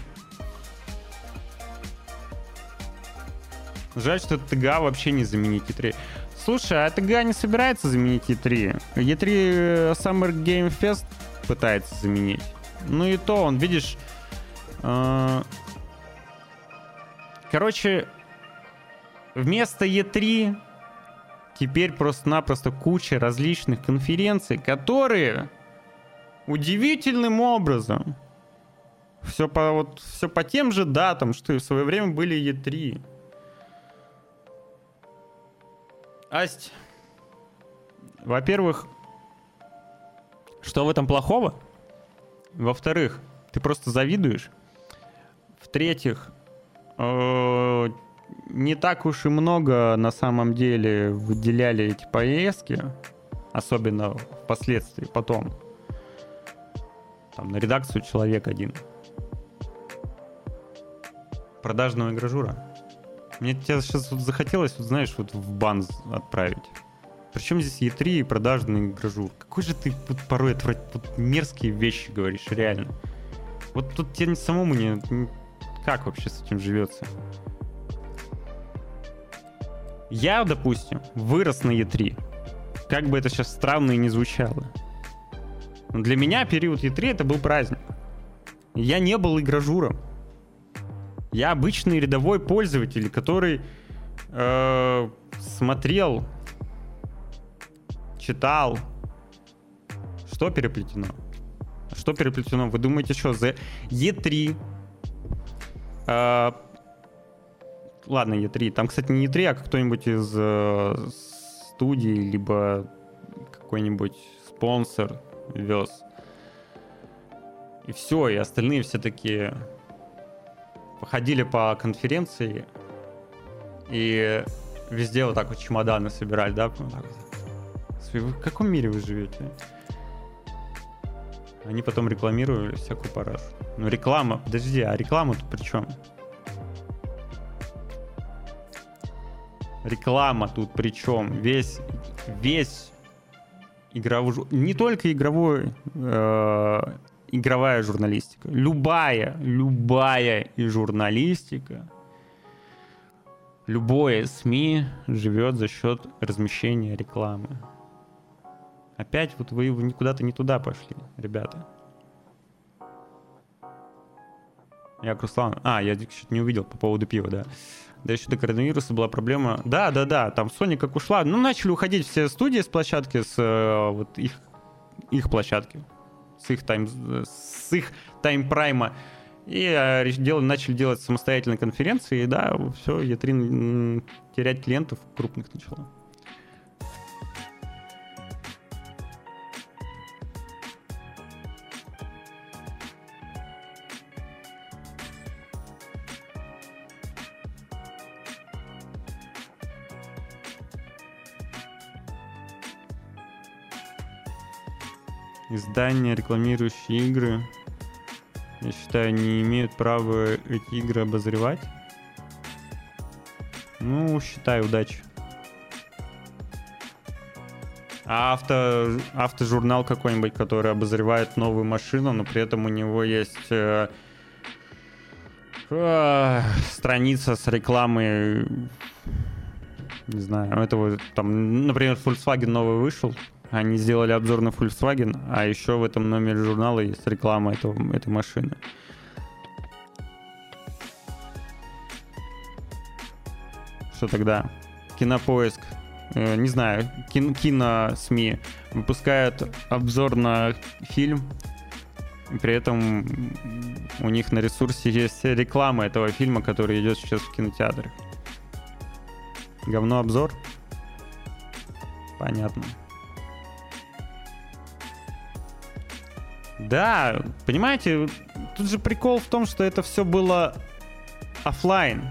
Жаль, что ТГА вообще не заменить и три. Слушай, а ТГА не собирается заменить и три? и три Summer Game Fest пытается заменить. Ну и то, он, видишь... Э- Короче, вместо и три теперь просто-напросто куча различных конференций, которые удивительным образом все по, вот, все по тем же датам, что и в свое время были и три. Асть, во-первых, что в этом плохого? Во-вторых, ты просто завидуешь. В-третьих, э- не так уж и много на самом деле выделяли эти поездки, особенно впоследствии, потом. Там на редакцию человек один. Продажного игражура. Мне тебя сейчас вот захотелось, вот, знаешь, вот в бан отправить. Причем здесь и три и продажный игражур. Какой же ты вот порой отврат... вот мерзкие вещи говоришь, реально. Вот тут тебе самому не... Как вообще с этим живется? Я, допустим, вырос на и три. Как бы это сейчас странно и не звучало. Но для меня период и три это был праздник. Я не был игражуром. Я обычный рядовой пользователь, который э, смотрел, читал. Что переплетено? Что переплетено? Вы думаете, что за и три... Э, ладно, и три. Там, кстати, не и три, а кто-нибудь из э, студий, либо какой-нибудь спонсор вез. И все, и остальные все такие походили по конференции и везде вот так вот чемоданы собирали, да? Вот так вот. В каком мире вы живете? Они потом рекламировали всякую парашу. Ну, реклама, подожди, а реклама тут при чем? Реклама тут при чем? Весь, весь игровую, не только игровую, э, игровая журналистика, любая, любая и журналистика, любое СМИ живет за счет размещения рекламы. Опять вот вы никуда-то не туда пошли, ребята. Я к Руслану. А, я что-то не увидел по поводу пива, да. Да еще до коронавируса была проблема. Да, да, да, там Sony как ушла. Ну, начали уходить все студии с площадки, с э, вот их, их площадки, с их тайм, с их тайм-прайма. И э, дел, начали делать самостоятельные конференции, и да, все, и три м, терять клиентов крупных начало. Издания, рекламирующие игры, я считаю, не имеют права эти игры обозревать. Ну, считай, удачи. А авто, автожурнал какой-нибудь, который обозревает новую машину, но при этом у него есть э, э, страница с рекламой, не знаю, этого, там, например, Volkswagen новый вышел. Они сделали обзор на Volkswagen, а еще в этом номере журнала есть реклама этого, этой машины. Что тогда? Кинопоиск, э, не знаю, кин, кино-СМИ выпускают обзор на фильм, и при этом у них на ресурсе есть реклама этого фильма, который идет сейчас в кинотеатрах. Говно обзор? Понятно. Да, понимаете, тут же прикол в том, что это все было офлайн.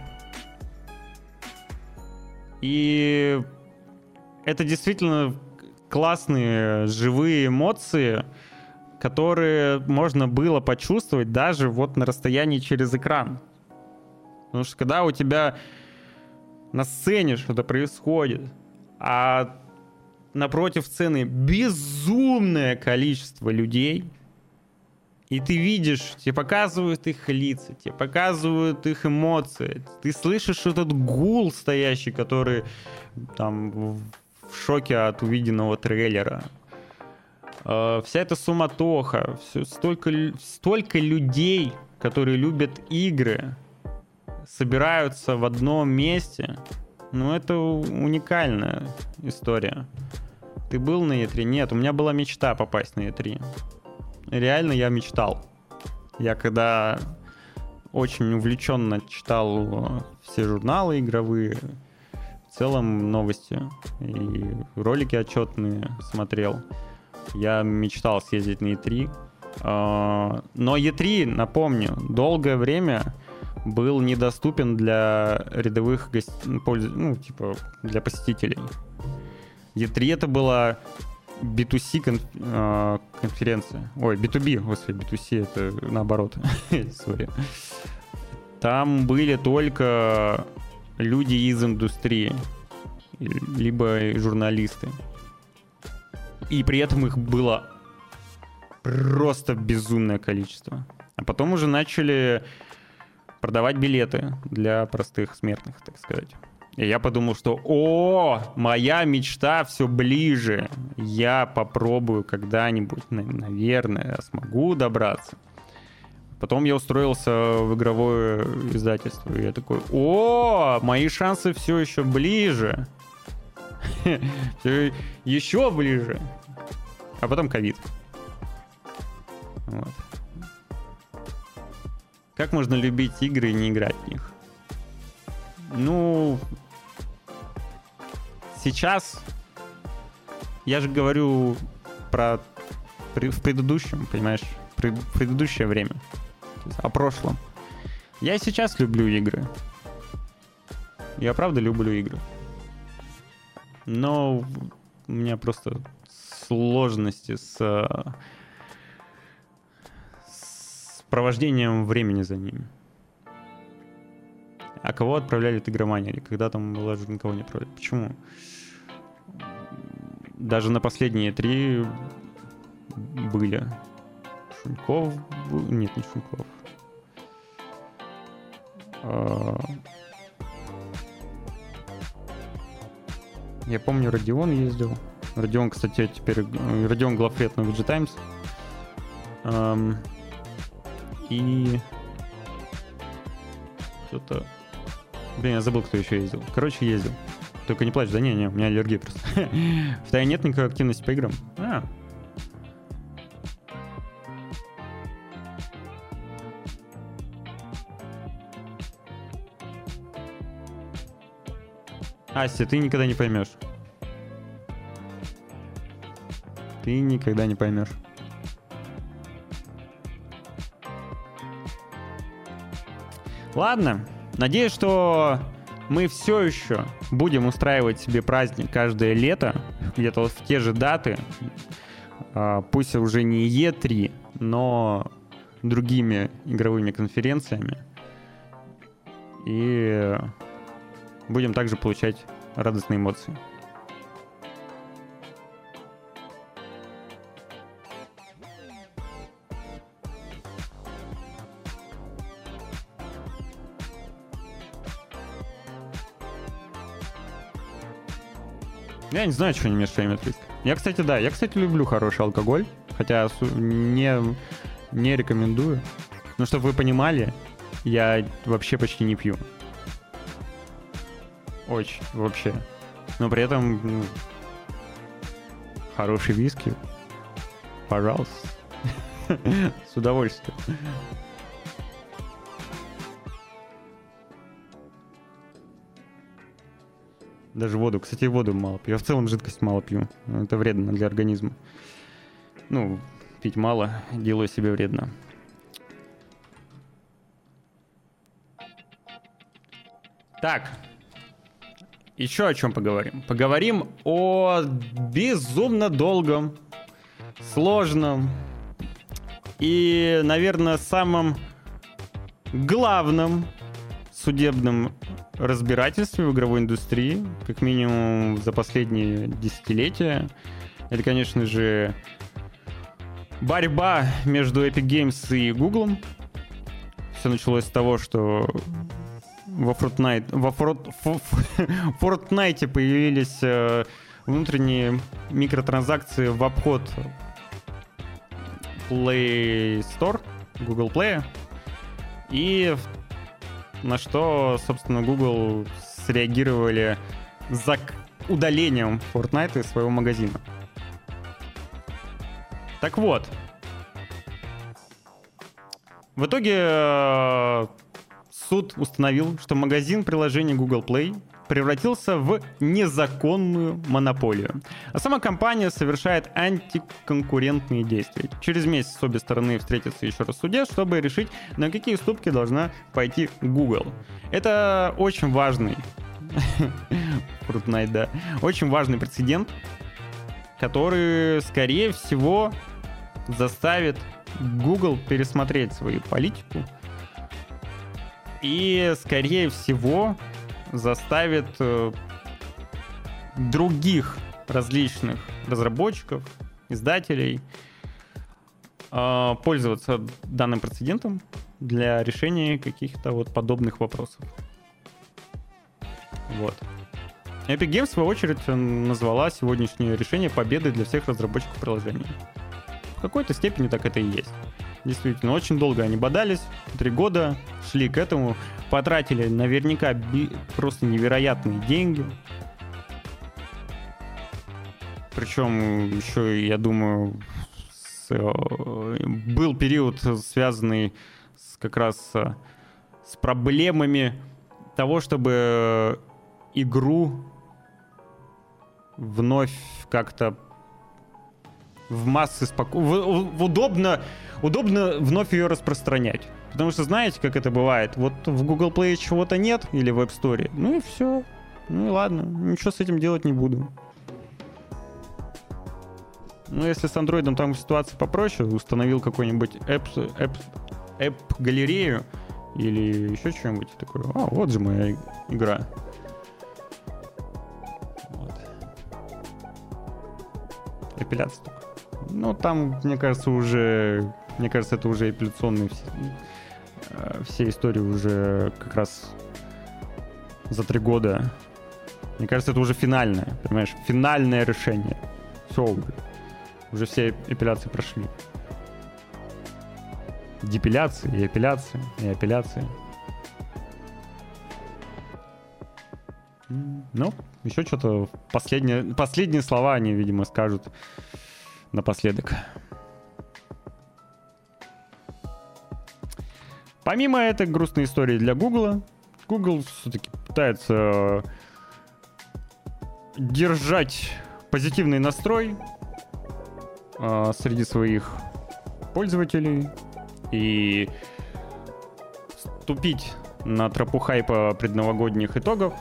И это действительно классные живые эмоции, которые можно было почувствовать даже вот на расстоянии через экран. Потому что когда у тебя на сцене что-то происходит, а напротив сцены безумное количество людей, и ты видишь, тебе показывают их лица, тебе показывают их эмоции. Ты слышишь этот гул стоящий, который там в шоке от увиденного трейлера. Э, вся эта суматоха, все, столько, столько людей, которые любят игры, собираются в одном месте. Ну, это уникальная история. Ты был на и три? Нет, у меня была мечта попасть на и три. Реально я мечтал. Я когда очень увлеченно читал все журналы игровые, в целом новости и ролики отчетные смотрел, я мечтал съездить на и три. Но и три, напомню, долгое время был недоступен для рядовых гост... ну, типа, для посетителей. и три это была би ту си кон, э, конференция. Ой, би ту би, господи, би ту си это наоборот. Сори. Там были только люди из индустрии, либо журналисты. И при этом их было просто безумное количество. А потом уже начали продавать билеты для простых смертных, так сказать. И я подумал, что о, моя мечта все ближе. Я попробую когда-нибудь, наверное, смогу добраться. Потом я устроился в игровое издательство. И я такой, о, мои шансы все еще ближе. Еще ближе. А потом ковид. Вот. Как можно любить игры и не играть в них? Ну, сейчас я же говорю про в предыдущем, понимаешь, в предыдущее время, то есть о прошлом. Я и сейчас люблю игры. Я правда люблю игры. Но у меня просто сложности с, с провождением времени за ними. А кого отправляли от игромании? Или когда там была же никого не отправляли? Почему? даже на последние три были. Шуньков... Нет, не Шуньков. Я помню, Родион ездил. Родион, кстати, теперь... Родион главред на ви джи Times. Эм... И... Кто-то... Блин, я забыл, кто еще ездил. Короче, ездил. Только не плачь, да не, не, у меня аллергия просто. В Тае нет никакой активности по играм. А. Ася, ты никогда не поймешь. Ты никогда не поймешь. Ладно. Надеюсь, что мы все еще будем устраивать себе праздник каждое лето, где-то вот в те же даты, пусть уже не и три, но другими игровыми конференциями. И будем также получать радостные эмоции. Я не знаю, что они между своими отпиской. Я, кстати, да, я, кстати, люблю хороший алкоголь, хотя не, не рекомендую. Но чтобы вы понимали, я вообще почти не пью. Очень, вообще. Но при этом ну, хороший виски, пожалуйста, с удовольствием. Даже воду. Кстати, воду мало пью. Я в целом жидкость мало пью. Это вредно для организма. Ну, пить мало, делаю себе вредно. Так. Еще о чем поговорим? Поговорим о безумно долгом, сложном и, наверное, самом главном судебном разбирательстве в игровой индустрии, как минимум за последние десятилетия. Это, конечно же, борьба между Epic Games и Google. Все началось с того, что во Fortnite, во Форт, Fortnite появились э, внутренние микротранзакции в обход Play Store, Google Play, и на что, собственно, Google среагировали за удалением Fortnite из своего магазина. Так вот, в итоге э, суд установил, что магазин приложений Google Play превратился в незаконную монополию. А сама компания совершает антиконкурентные действия. Через месяц обе стороны встретятся еще раз в суде, чтобы решить, на какие уступки должна пойти Google. Это очень важный Fortnite, да. Очень важный прецедент, который, скорее всего, заставит Google пересмотреть свою политику и, скорее всего, заставит э, других различных разработчиков, издателей э, пользоваться данным прецедентом для решения каких-то вот подобных вопросов. Вот. Epic Games, в свою очередь, назвала сегодняшнее решение победой для всех разработчиков приложений. В какой-то степени так это и есть. Действительно, очень долго они бодались, три года шли к этому, потратили наверняка би- просто невероятные деньги. Причем еще, я думаю, с, э, был период, связанный с, как раз э, с проблемами того, чтобы игру вновь как-то в массы спокойно, в, в, удобно, удобно вновь ее распространять. Потому что знаете, как это бывает? Вот в Google Play чего-то нет или в App Store, ну и все. Ну и ладно, ничего с этим делать не буду. Ну если с Android там ситуация попроще, установил какой-нибудь app, app, app-галерею или еще что-нибудь такое. А, вот же моя игра. Вот. эпиляция только. Ну, там, мне кажется, уже... Мне кажется, это уже эпиляционные все, все истории уже как раз за три года. Мне кажется, это уже финальное, понимаешь? Финальное решение. Все уже. Уже все эпиляции прошли. Депиляции, и эпиляции, и апелляции. Ну, еще что-то последние, последние слова они, видимо, скажут напоследок. Помимо этой грустной истории для Гугла, Google все-таки пытается держать позитивный настрой э, среди своих пользователей и ступить на тропу хайпа предновогодних итогов.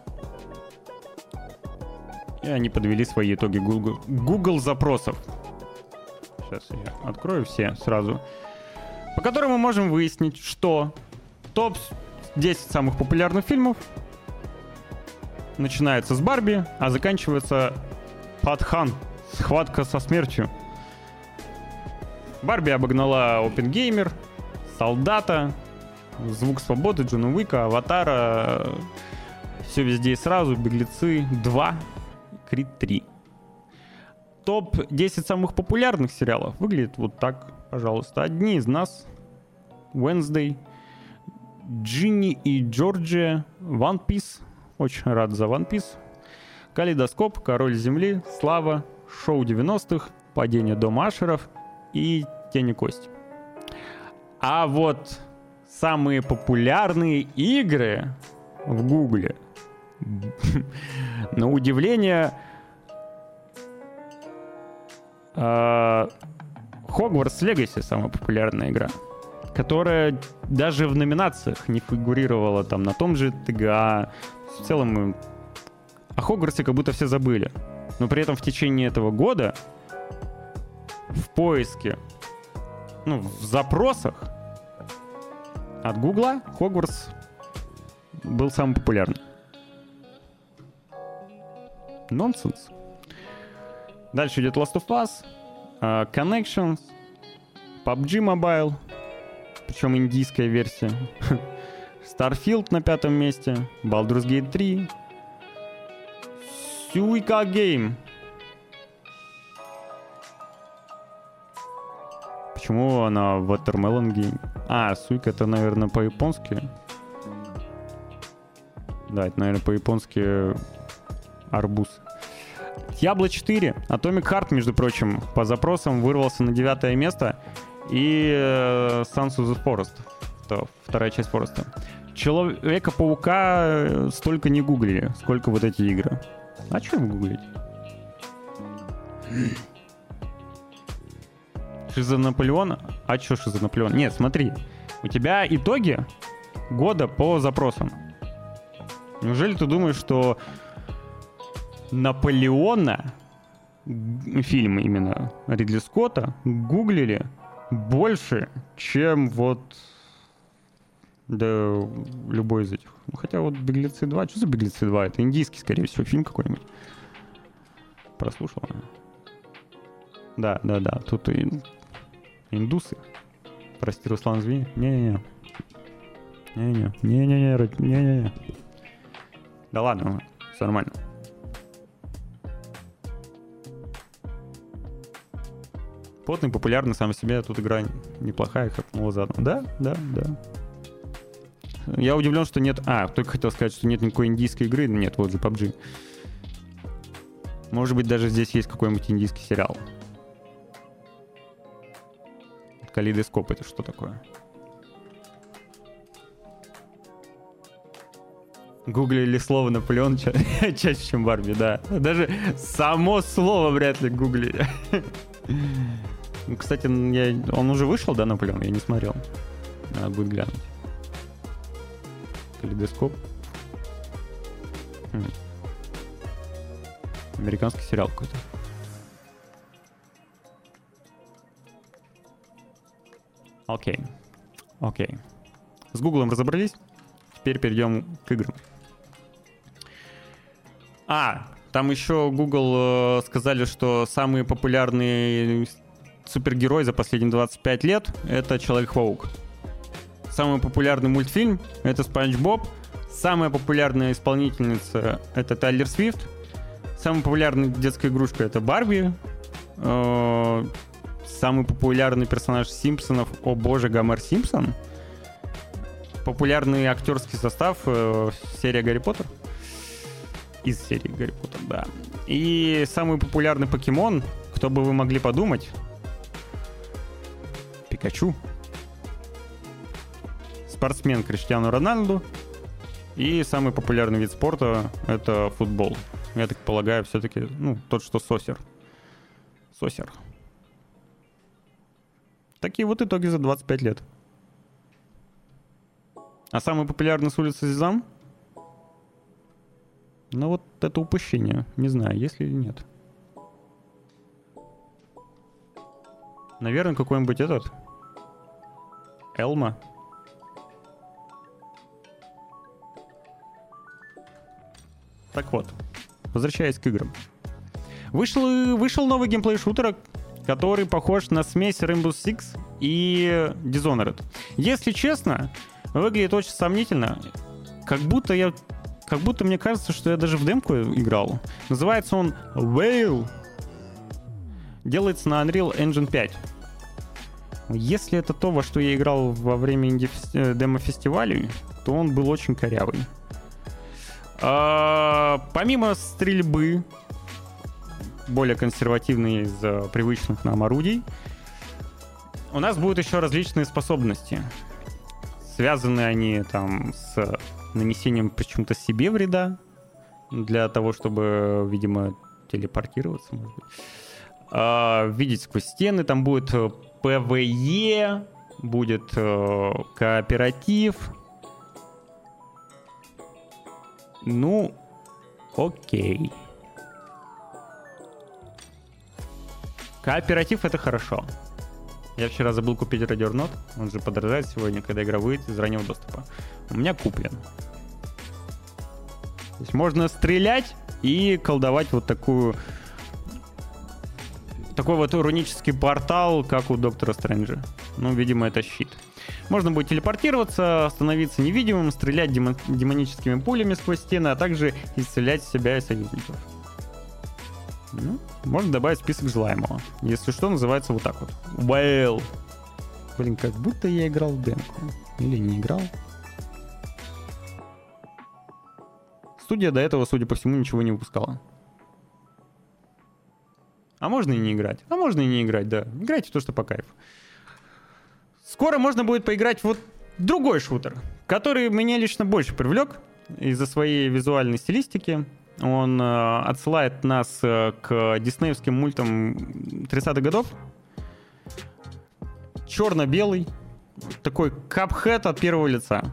И они подвели свои итоги Google, Google запросов. Сейчас я открою все сразу. По которым мы можем выяснить, что топ десять самых популярных фильмов начинается с Барби, а заканчивается Патхан. Схватка со смертью. Барби обогнала Оппенгеймер, Солдата, Звук свободы, Джона Уика, Аватара, Все везде и сразу, Беглецы два, Крид три. Топ десять самых популярных сериалов выглядит вот так, пожалуйста. Одни из нас, Wednesday, Джинни и Джорджия, One Piece, очень рад за One Piece, Калейдоскоп, Король Земли, Слава, Шоу девяностых, Падение дома Ашеров и Тени Кости. А вот самые популярные игры в Гугле, на удивление, Хогвартс Легаси самая популярная игра, которая даже в номинациях не фигурировала там на том же тэ гэ а. В целом о Хогвартсе как будто все забыли. Но при этом в течение этого года в поиске, ну, в запросах от Гугла Хогвартс был самый популярный. Нонсенс. Дальше идет Last of Us, uh, Connections, пабг Mobile, причем индийская версия, Starfield на пятом месте, Baldur's Gate три, Suika Game. Почему она Watermelon Game? А, Суика это, наверное, по-японски. Да, это, наверное, по-японски арбуз. Diablo четыре, Atomic Heart, между прочим, по запросам вырвался на девятое место. И э, Sons of the Forest, это вторая часть Фореста. Человека-паука столько не гуглили, сколько вот эти игры. А что вы гуглите? Шиза Наполеона? А что Шиза Наполеон? Нет, смотри, у тебя итоги года по запросам. Неужели ты думаешь, что Наполеона, фильм именно Ридли Скотта, гуглили больше, чем вот да, любой из этих? Ну, хотя вот «Беглецы два», что за «Беглецы два»? Это индийский, скорее всего, фильм какой-нибудь. Прослушал? Да, да, да, тут и индусы. Прости, Руслан, извини. Не-не-не. Не-не-не. Не-не-не. Не-не-не. Да ладно, все нормально. Плотный, популярный сам по себе. Тут игра неплохая, как нового задом. Да, да, да. Я удивлен, что нет... А, только хотел сказать, что нет никакой индийской игры. Нет, вот же пабг. Может быть, даже здесь есть какой-нибудь индийский сериал. Калейдоскоп — это что такое? Гуглили слово Наполеон ча- чаще, чем Барби, да. Даже само слово вряд ли гуглили. Кстати, я... он уже вышел, да, Наполеон? Я не смотрел. Надо будет глянуть. Калейдоскоп. Хм. Американский сериал какой-то. Окей. Окей. С Гуглом разобрались. Теперь перейдем к играм. А, Там еще Google сказали, что самый популярный супергерой за последние двадцать пять лет — это Человек-паук. Самый популярный мультфильм — это Спанч Боб. Самая популярная исполнительница — это Тайлер Свифт. Самая популярная детская игрушка — это Барби. Самый популярный персонаж Симпсонов — о боже, Гомер Симпсон. Популярный актерский состав — серия Гарри Поттер. Из серии Гарри Поттер, да. И самый популярный покемон, кто бы вы могли подумать, Пикачу. Спортсмен Криштиану Роналду. И самый популярный вид спорта — это футбол. Я так полагаю, все-таки, ну, тот, что сосер. Сосер. Такие вот итоги за двадцать пять лет. А самый популярный с улицы Сезам? Ну вот это упущение. Не знаю, есть ли или нет. Наверное, какой-нибудь этот. Элма. Так вот, возвращаясь к играм. Вышел, вышел новый геймплей шутера, который похож на смесь Rainbow Six и Dishonored. Если честно, выглядит очень сомнительно. Как будто я... Как будто мне кажется, что я даже в демку играл. Называется он Whale. Делается на Unreal Engine пять. Если это то, во что я играл во время инди-демо-фестивалей, то он был очень корявый. А, помимо стрельбы, более консервативной из привычных нам орудий, у нас будут еще различные способности. Связаны они там с нанесением почему-то себе вреда, для того, чтобы, видимо, телепортироваться, может быть. А, видеть сквозь стены, там будет пэ вэ е, будет э, кооператив. Ну, окей. Кооператив — это хорошо. Я вчера забыл купить Ready or Not. Он же подорожает сегодня, когда игра выйдет из раннего доступа. У меня куплен. То есть можно стрелять и колдовать вот такую... Такой вот рунический портал, как у Доктора Стрэнджа. Ну, видимо, это щит. Можно будет телепортироваться, становиться невидимым, стрелять демон- демоническими пулями сквозь стены, а также исцелять себя и союзников. Ну, можно добавить список желаемого. Если что, называется вот так вот. Whale. Блин, как будто я играл в демку. Или не играл. Студия до этого, судя по всему, ничего не выпускала. А можно и не играть. А можно и не играть, да. Играйте в то, что по кайфу. Скоро можно будет поиграть в вот другой шутер, который меня лично больше привлек из-за своей визуальной стилистики. Он э, отсылает нас э, к диснеевским мультам тридцатых годов. Черно-белый. Такой Cuphead от первого лица.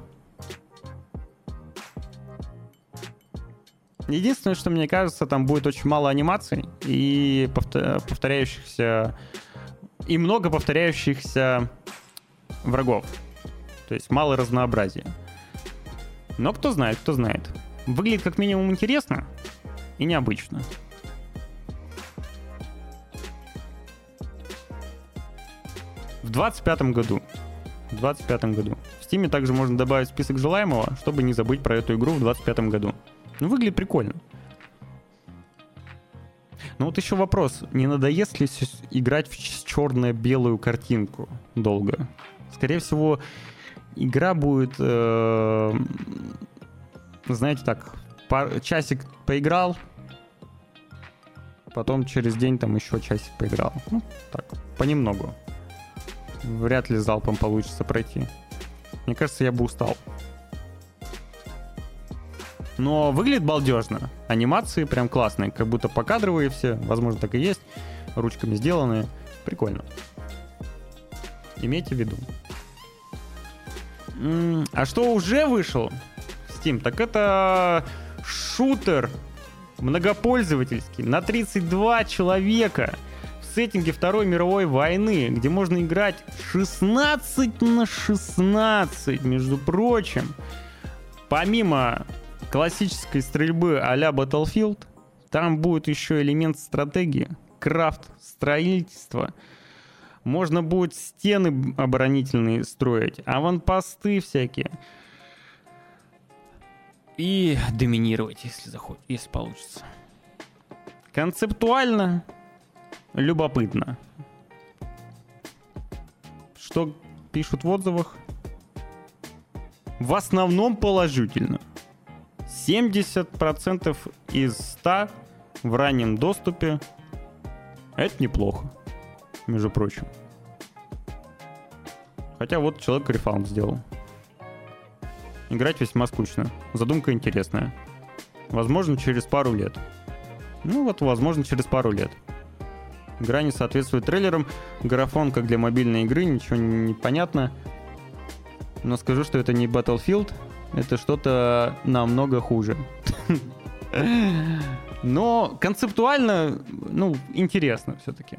Единственное, что мне кажется, там будет очень мало анимаций и повторяющихся... И много повторяющихся врагов. То есть мало разнообразия. Но кто знает, кто знает. Выглядит как минимум интересно и необычно. В двадцать пятом году. В двадцать пятом году. В Steam также можно добавить список желаемого, чтобы не забыть про эту игру в двадцать пятом году. Ну, выглядит прикольно. Ну вот еще вопрос. Не надоест ли играть в черно-белую картинку долго? Скорее всего, игра будет... Э, знаете так, пар, часик поиграл, потом через день там еще часик поиграл. Ну, так, понемногу. Вряд ли залпом получится пройти. Мне кажется, я бы устал. Но выглядит балдежно. Анимации прям классные, как будто покадровые все. Возможно, так и есть. Ручками сделанные. Прикольно. Имейте в виду. М-м, а что уже вышел в Steam? Так это шутер многопользовательский на тридцать два человека в сеттинге Второй мировой войны, где можно играть шестнадцать на шестнадцать, между прочим. Помимо классической стрельбы а-ля Battlefield, Там будет еще элемент стратегии, крафт, строительство. Можно будет стены оборонительные строить, аванпосты всякие. И доминировать, если захочешь, если получится. Концептуально любопытно. Что пишут в отзывах? В основном положительно. семьдесят процентов из ста в раннем доступе. Это неплохо, между прочим. Хотя вот человек рефаунд сделал. Играть весьма скучно. Задумка интересная. Возможно, через пару лет. Ну вот, возможно, через пару лет. Игра не соответствует трейлерам. Графон, как для мобильной игры, ничего не понятно. Но скажу, что это не Battlefield. Это что-то намного хуже. Но концептуально, ну, интересно все-таки.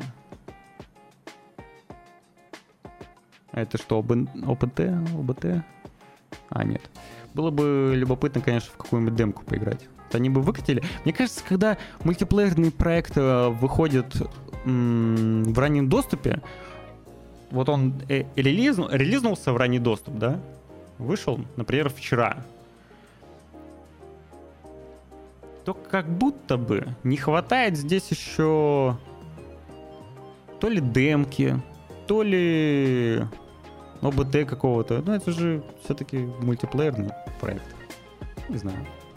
Это что, ОПТ? ОБТ? А, нет. Было бы любопытно, конечно, в какую-нибудь демку поиграть. Они бы выкатили. Мне кажется, когда мультиплеерный проект выходит м- в раннем доступе, вот он э- релизну, релизнулся в ранний доступ, да? Вышел, например, вчера. То как будто бы не хватает здесь еще то ли демки, то ли ОБТ какого-то. Ну, это же все-таки мультиплеерный проект. Не знаю.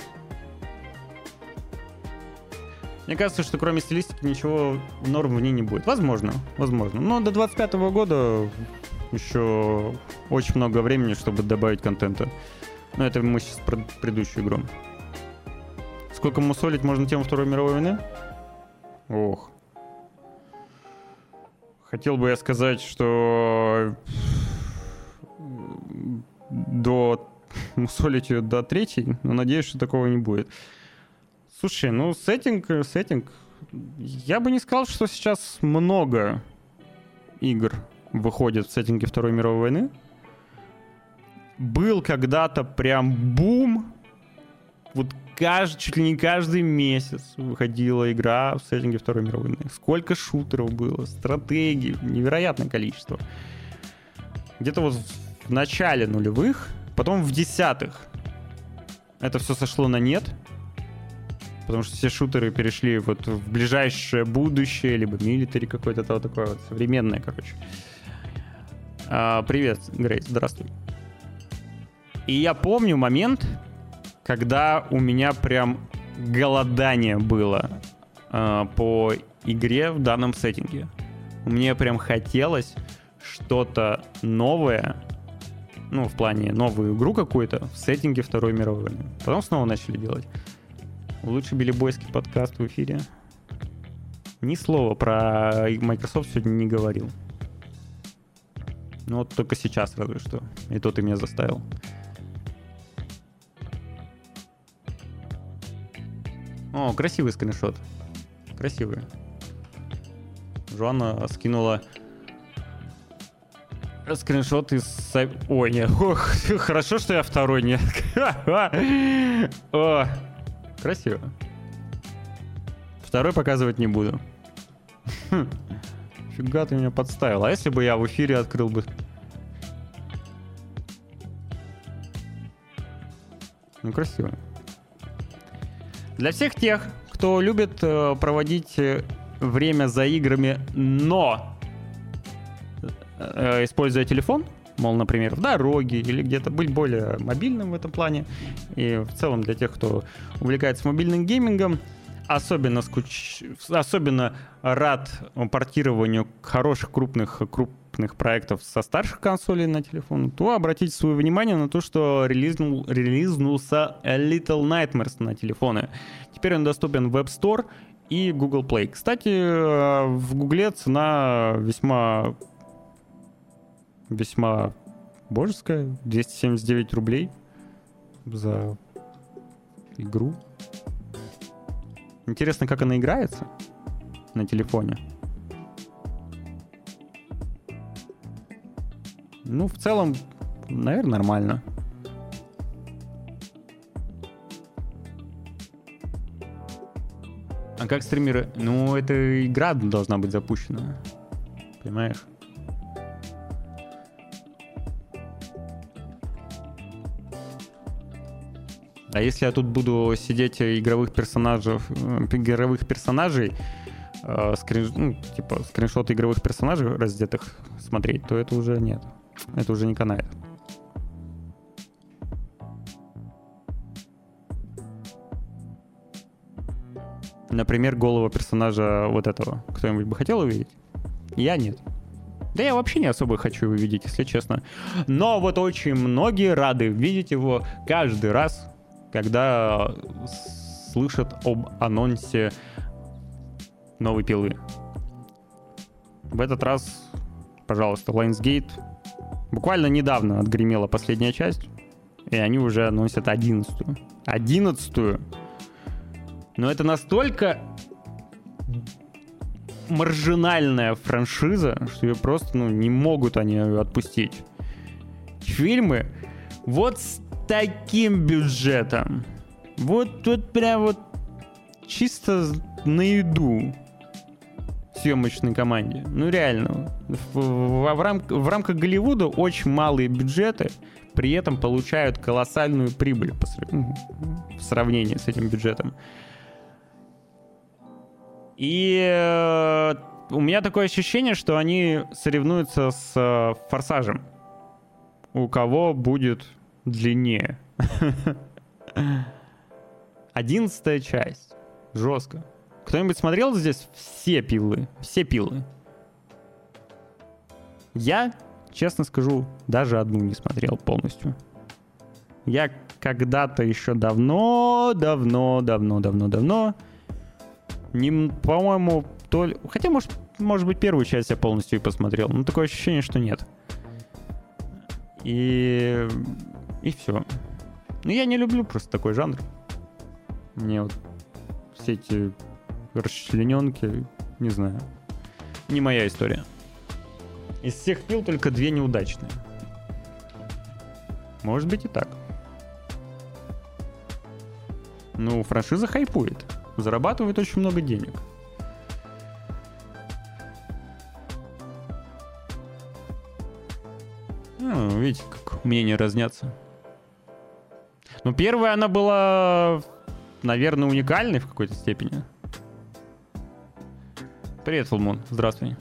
Мне кажется, что кроме стилистики ничего норм в ней не будет. Возможно, возможно. Но до двадцать пятого года еще очень много времени, чтобы добавить контента. Но это мы сейчас про предыдущую игру. Сколько мусолить можно тему Второй мировой войны? Ох. Хотел бы я сказать, что до мусолить ее до третьей, но надеюсь, что такого не будет. Слушай, ну сеттинг, сеттинг. Я бы не сказал, что сейчас много игр выходит в сеттинге Второй мировой войны. Был когда-то прям бум. Вот каждый, чуть ли не каждый месяц выходила игра в сеттинге Второй мировой войны. Сколько шутеров было, стратегий, невероятное количество. Где-то вот в начале нулевых, потом в десятых это все сошло на нет. Потому что все шутеры перешли вот в ближайшее будущее, либо милитари какое-то вот такое вот, современное, короче. А, привет, Грейс, здравствуй. И я помню момент, когда у меня прям голодание было а, по игре в данном сеттинге. Мне прям хотелось что-то новое, ну, в плане новую игру какую-то в сеттинге Второй мировой войны. Потом снова начали делать. Лучший билибойский подкаст в эфире. Ни слова про Microsoft сегодня не говорил. Ну вот только сейчас разве что. И то ты меня заставил. О, красивый скриншот. Красивый. Жуанна скинула скриншот из... Ой, нет. Ох, хорошо, что я второй нет. О, красиво. Второй показывать не буду. Хм. Фига ты меня подставил. А если бы я в эфире открыл бы... Ну, красиво. Для всех тех, кто любит э, проводить время за играми, но э, используя телефон, мол, например, в дороге или где-то, быть более мобильным в этом плане. И в целом для тех, кто увлекается мобильным геймингом, особенно, скуч... особенно рад портированию хороших крупных, крупных проектов со старших консолей на телефон, то обратите свое внимание на то, что релизнул... релизнулся Little Nightmares на телефоны. Теперь он доступен в App Store и Google Play. Кстати, в Гугле цена весьма... весьма божеская. двести семьдесят девять рублей за игру. Интересно, как она играется на телефоне. Ну, в целом, наверное, нормально. А как стримеры? Ну, это игра должна быть запущена. Понимаешь? А если я тут буду сидеть игровых персонажей, игровых персонажей, э, скрин, ну, типа скриншоты игровых персонажей раздетых смотреть, то это уже нет. Это уже не канает. Например, голову персонажа вот этого. Кто-нибудь бы хотел увидеть? Я нет. Да я вообще не особо хочу его видеть, если честно. Но вот очень многие рады видеть его каждый раз, когда слышат об анонсе новой пилы. В этот раз, пожалуйста, Lionsgate. Буквально недавно отгремела последняя часть, и они уже анонсят одиннадцатую. Одиннадцатую! Но это настолько маржинальная франшиза, что ее просто, ну, не могут они ее отпустить. Фильмы вот с таким бюджетом, вот, вот прям вот чисто на еду съемочной команде. Ну реально, в, в, в, рам, в рамках Голливуда очень малые бюджеты, при этом получают колоссальную прибыль по, в сравнении с этим бюджетом. И э, у меня такое ощущение, что они соревнуются с э, «Форсажем». У кого будет длиннее. Одиннадцатая часть. Жестко. Кто-нибудь смотрел здесь все пилы? Все пилы? Я, честно скажу, даже одну не смотрел полностью. Я когда-то еще давно, давно, давно, давно, давно... Не, по-моему, то ли... Хотя, может, может быть, первую часть я полностью и посмотрел. Но такое ощущение, что нет. И... И все. Ну, я не люблю просто такой жанр. Мне вот все эти расчлененки, не знаю. Не моя история. Из всех пил только две неудачные. Может быть и так. Ну, франшиза хайпует. Зарабатывает очень много денег. Ну, видите, как мнения разнятся. Ну, первая, она была, наверное, уникальной в какой-то степени. Привет, Фулмун. Здравствуй.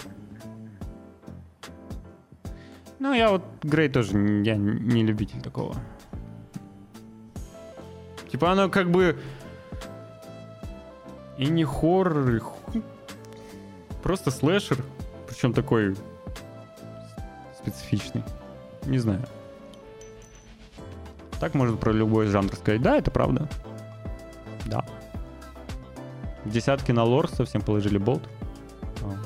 Ну, я вот Грей тоже, я не любитель такого. Типа оно как бы... И не хоррор, и х... просто слэшер, причем такой специфичный. Не знаю. Так можно про любой жанр сказать. Да, это правда. Да. Десятки на лор совсем положили болт. О.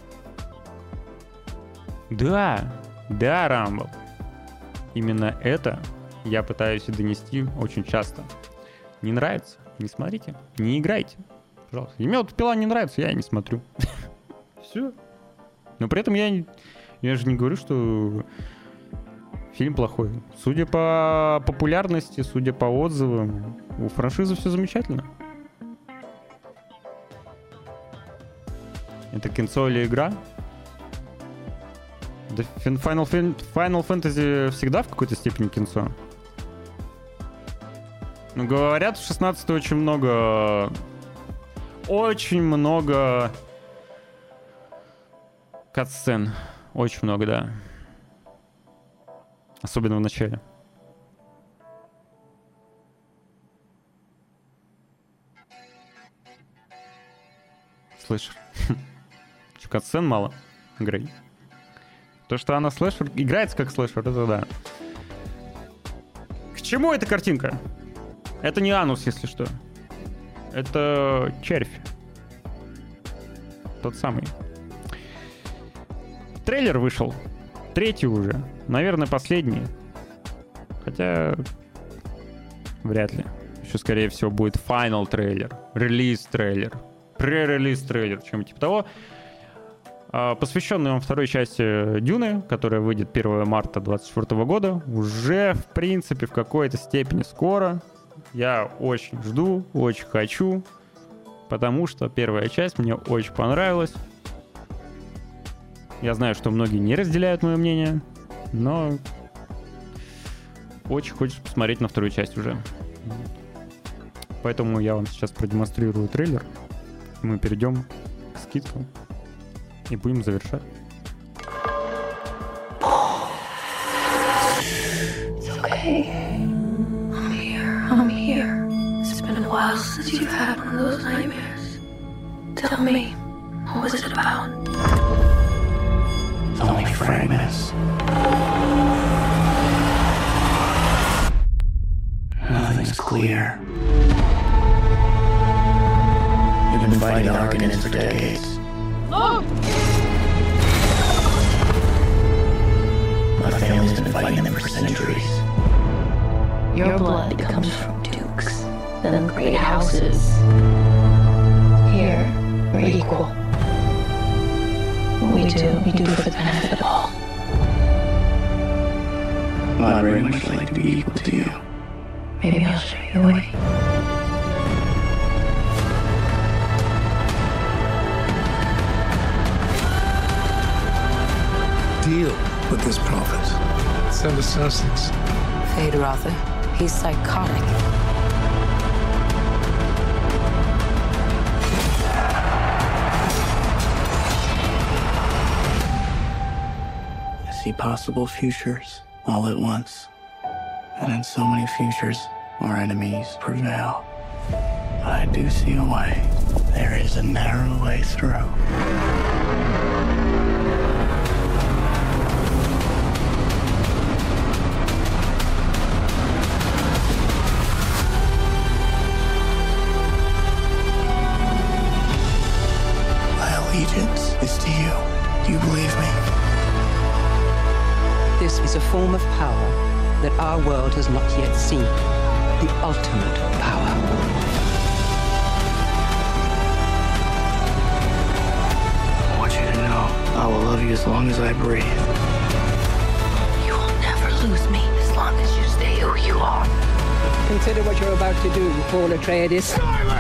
Да, да, Рамбл. Именно это я пытаюсь донести очень часто. Не нравится? Не смотрите. Не играйте. Пожалуйста. И мне вот пила не нравится, я не смотрю. Все. Но при этом я, я же не говорю, что фильм плохой. Судя по популярности, судя по отзывам, у франшизы все замечательно. Это кинцо или игра? Да Final, Final Fantasy всегда в какой-то степени кинцо. Ну, говорят, в шестнадцать очень много... Очень много катсцен. Очень много, да. Особенно в начале. Слэшер. Че, катсцен мало? Грей. То, что она слэшер, играется как слэшер, это да. К чему эта картинка? Это не анус, если что. Это червь. Тот самый. Трейлер вышел. Третий уже. Наверное, последний. Хотя... Вряд ли. Еще, скорее всего, будет final трейлер. Релиз трейлер. Пререлиз трейлер. Чем-то типа того. Посвященный вам второй части Дюны, которая выйдет первого марта двадцать четвёртого года. Уже, в принципе, в какой-то степени скоро. Я очень жду, очень хочу. потому что первая часть мне очень понравилась. Я знаю, что многие не разделяют мое мнение, но очень хочется посмотреть на вторую часть уже. Поэтому я вам сейчас продемонстрирую трейлер. Мы перейдем к скидкам и будем завершать. It's okay. I'm here. I'm here. It's been a while since you've had one of those nightmares. Tell me, what was it about? It's only fragments. Nothing's clear. You've been fighting Arcanins for decades. Look! My family's been fighting them for centuries. Your blood comes from dukes, then great houses. Here, we're equal. What we do, we do for the benefit of all. I'd very much like to be equal to you. Maybe I'll show you the way. Deal with this prophet. Send assassins. Feyd-Rautha. He's psychotic. I see possible futures all at once. And in so many futures, our enemies prevail. But I do see a way. There is a narrow way through. My allegiance is to you. Do you believe me? This is a form of power that our world has not yet seen. The ultimate power. I want you to know I will love you as long as I breathe. You will never lose me as long as you stay who you are. Consider what you're about to do, Paul Atreides.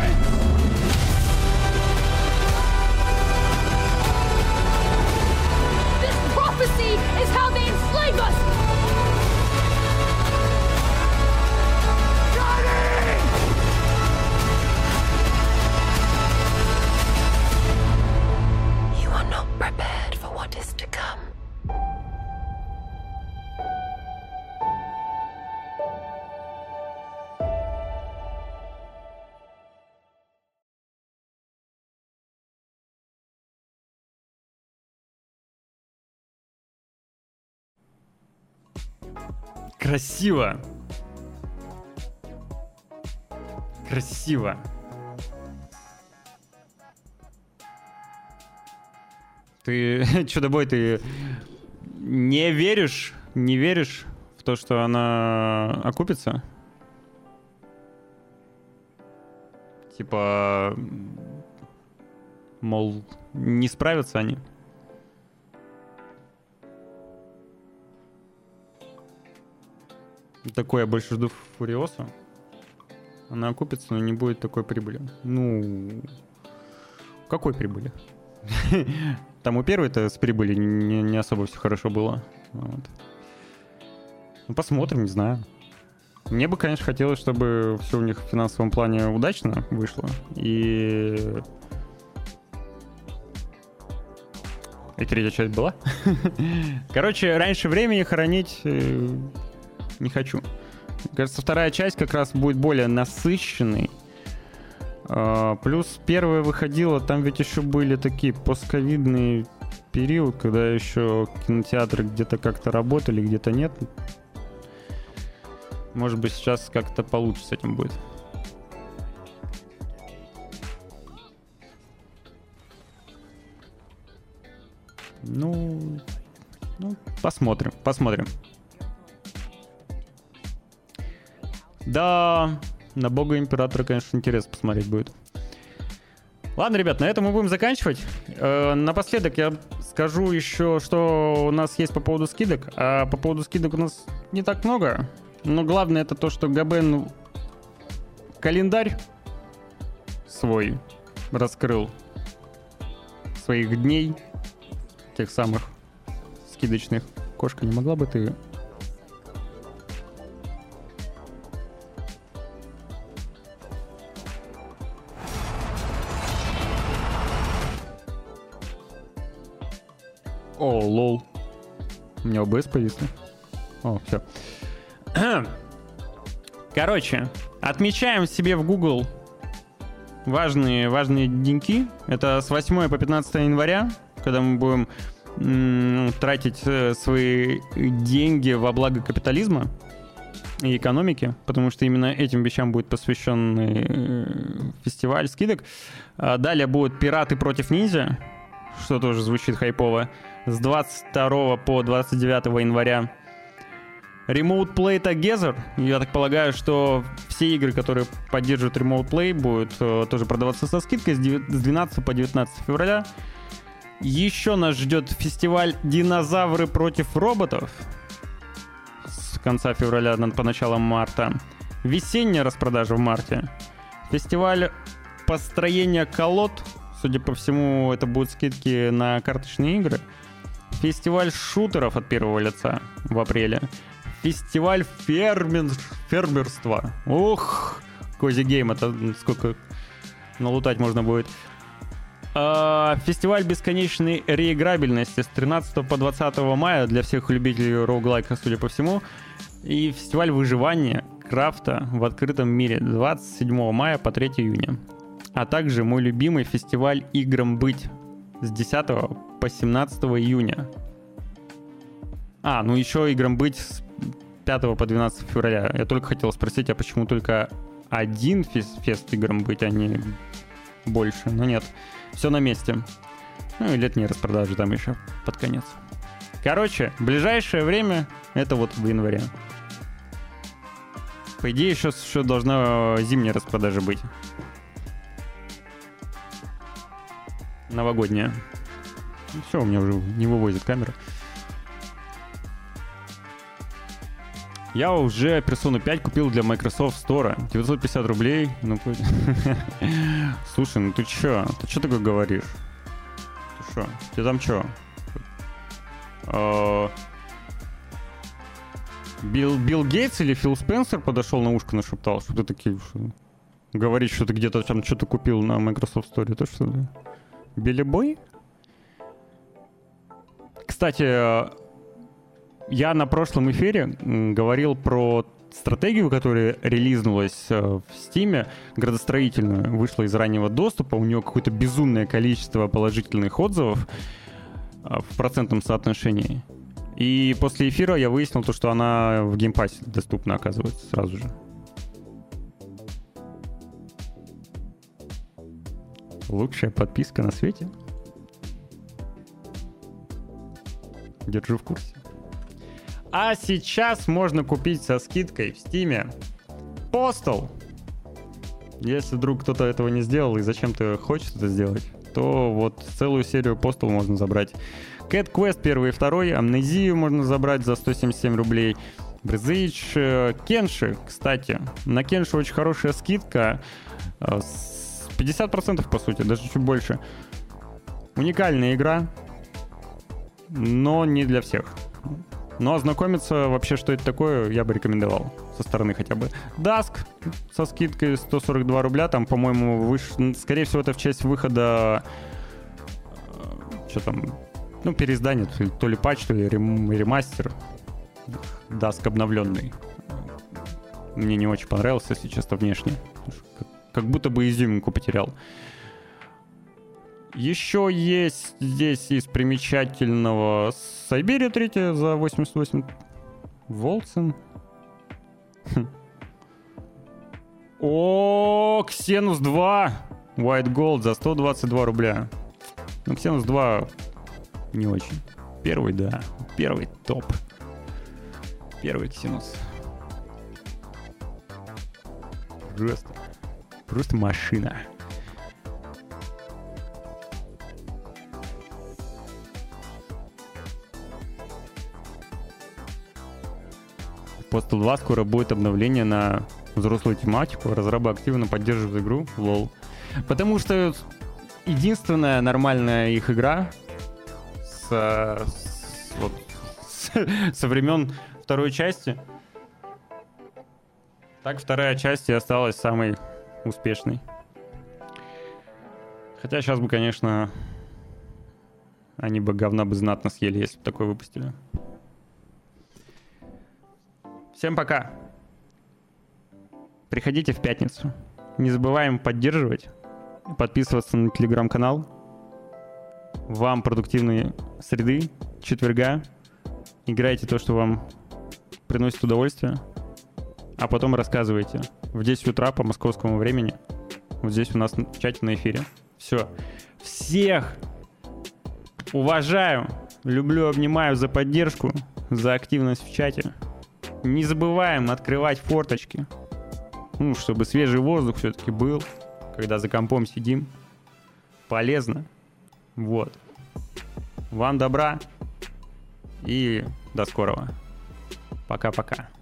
This prophecy is how they enslave us! You are not prepared for what is to come. Красиво. Красиво. Ты, чудо-бой, ты не веришь, не веришь в то, что она окупится? Типа, мол, не справятся они? Такое я больше жду Фуриоса. Она окупится, но не будет такой прибыли. Ну, какой прибыли? Там у первой-то с прибыли не, не особо все хорошо было. Вот. Ну, посмотрим, не знаю. Мне бы, конечно, хотелось, чтобы все у них в финансовом плане удачно вышло. И... И третья часть была. Короче, раньше времени хоронить э, не хочу. Кажется, вторая часть как раз будет более насыщенной. А, плюс первая выходила, там ведь еще были такие постковидный период, когда еще кинотеатры где-то как-то работали, где-то нет. Может быть, сейчас как-то получше с этим будет. Ну, ну, посмотрим, посмотрим. Да, на Бога Императора, конечно, интересно посмотреть будет. Ладно, ребят, на этом мы будем заканчивать. Э, напоследок я скажу еще, что у нас есть по поводу скидок. А по поводу скидок у нас не так много. Но главное это то, что Габен календарь свой раскрыл своих дней, тех самых скидочных. Кошка, не могла бы ты... О, лол. У меня о бэ эс повисло. О, все. Короче, отмечаем себе в Google важные, важные деньки. Это с восьмого по пятнадцатое января, когда мы будем м- тратить э, свои деньги во благо капитализма и экономики, потому что именно этим вещам будет посвящен э, фестиваль скидок. А далее будут «Пираты против ниндзя», что тоже звучит хайпово, с двадцать второго по двадцать девятое января. Remote Play Together. Я так полагаю, что все игры, которые поддерживают Remote Play, будут э, тоже продаваться со скидкой с двенадцатого по девятнадцатое февраля. Еще нас ждет фестиваль «Динозавры против роботов» с конца февраля по начало марта. Весенняя распродажа в марте. Фестиваль построения колод. Судя по всему, это будут скидки на карточные игры. Фестиваль шутеров от первого лица в апреле. Фестиваль фермер... фермерства. Ух, Кози Гейм, это сколько налутать можно будет. А, фестиваль бесконечной реиграбельности с тринадцатого по двадцатое мая для всех любителей роуглайка, судя по всему. И фестиваль выживания крафта в открытом мире двадцать седьмого мая по третьего июня. А также мой любимый фестиваль «Играм быть» с десятого по семнадцатое июня. А, ну еще «Играм быть» с пятого по двенадцатое февраля. Я только хотел спросить, а почему только один фест, фест «Играм быть», а не больше? Но нет, все на месте. Ну и летние распродажи там еще под конец. Короче, ближайшее время это вот в январе. По идее, еще, еще должна зимняя распродажа быть. Новогодняя. Ну, все, у меня уже не вывозит камера. Я уже Persona пять купил для Microsoft Store. девятьсот пятьдесят рублей. Ну, слушай, ну ты чё? Ты чё такое говоришь? Ты шо? Ты там чё? А... Билл, Билл Гейтс или Фил Спенсер подошел на ушко, нашептал, что ты такие... Что... Говорит, что ты где-то там что-то купил на Microsoft Store. Это что ли? Билли Бой? Кстати, я на прошлом эфире говорил про стратегию, которая релизнулась в Steam, градостроительную, вышла из раннего доступа, у нее какое-то безумное количество положительных отзывов в процентном соотношении. И после эфира я выяснил то, что она в геймпассе доступна, оказывается, сразу же. Лучшая подписка на свете. Держу в курсе. А сейчас можно купить со скидкой в Steam Postal. Если вдруг кто-то этого не сделал и зачем-то хочет это сделать, то вот целую серию Postal можно забрать. Cat Quest первый и второй, Амнезию можно забрать за сто семьдесят семь рублей. Breath, Кенши, кстати. На Кенши очень хорошая скидка. С пятьдесят процентов, по сути, даже чуть больше. Уникальная игра, но не для всех. Но ознакомиться вообще, что это такое, я бы рекомендовал. Со стороны хотя бы. Dusk со скидкой сто сорок два рубля. Там, по-моему, выш... скорее всего, это в честь выхода... Что там... Ну, переиздание, то ли, то ли патч, то ли рем... ремастер. Dusk обновленный. Мне не очень понравился, если честно, внешне. Как, как будто бы изюминку потерял. Еще есть здесь из примечательного Сайберия три за восемьдесят восемь. Волцен. О, Xenos два White Gold за сто двадцать два рубля. Ну, Xenos два не очень. Первый, да. Первый топ. Первый Xenos. Просто. Просто машина. Postal два скоро будет обновление на взрослую тематику. Разрабы активно поддерживают игру. Лол. Потому что единственная нормальная их игра с, с, вот, с, со времен второй части. Так вторая часть и осталась самой успешной. Хотя сейчас бы, конечно, они бы говна бы знатно съели, если бы такое выпустили. Всем пока. Приходите в пятницу. Не забываем поддерживать, подписываться на телеграм-канал. Вам продуктивной среды, четверга. Играйте то, что вам приносит удовольствие. А потом рассказывайте в десять утра по московскому времени. Вот здесь у нас в чате на эфире. Все. Всех уважаю, люблю, обнимаю за поддержку, за активность в чате. Не забываем открывать форточки. Ну, чтобы свежий воздух все-таки был, когда за компом сидим. Полезно. Вот. Вам добра и до скорого. Пока-пока.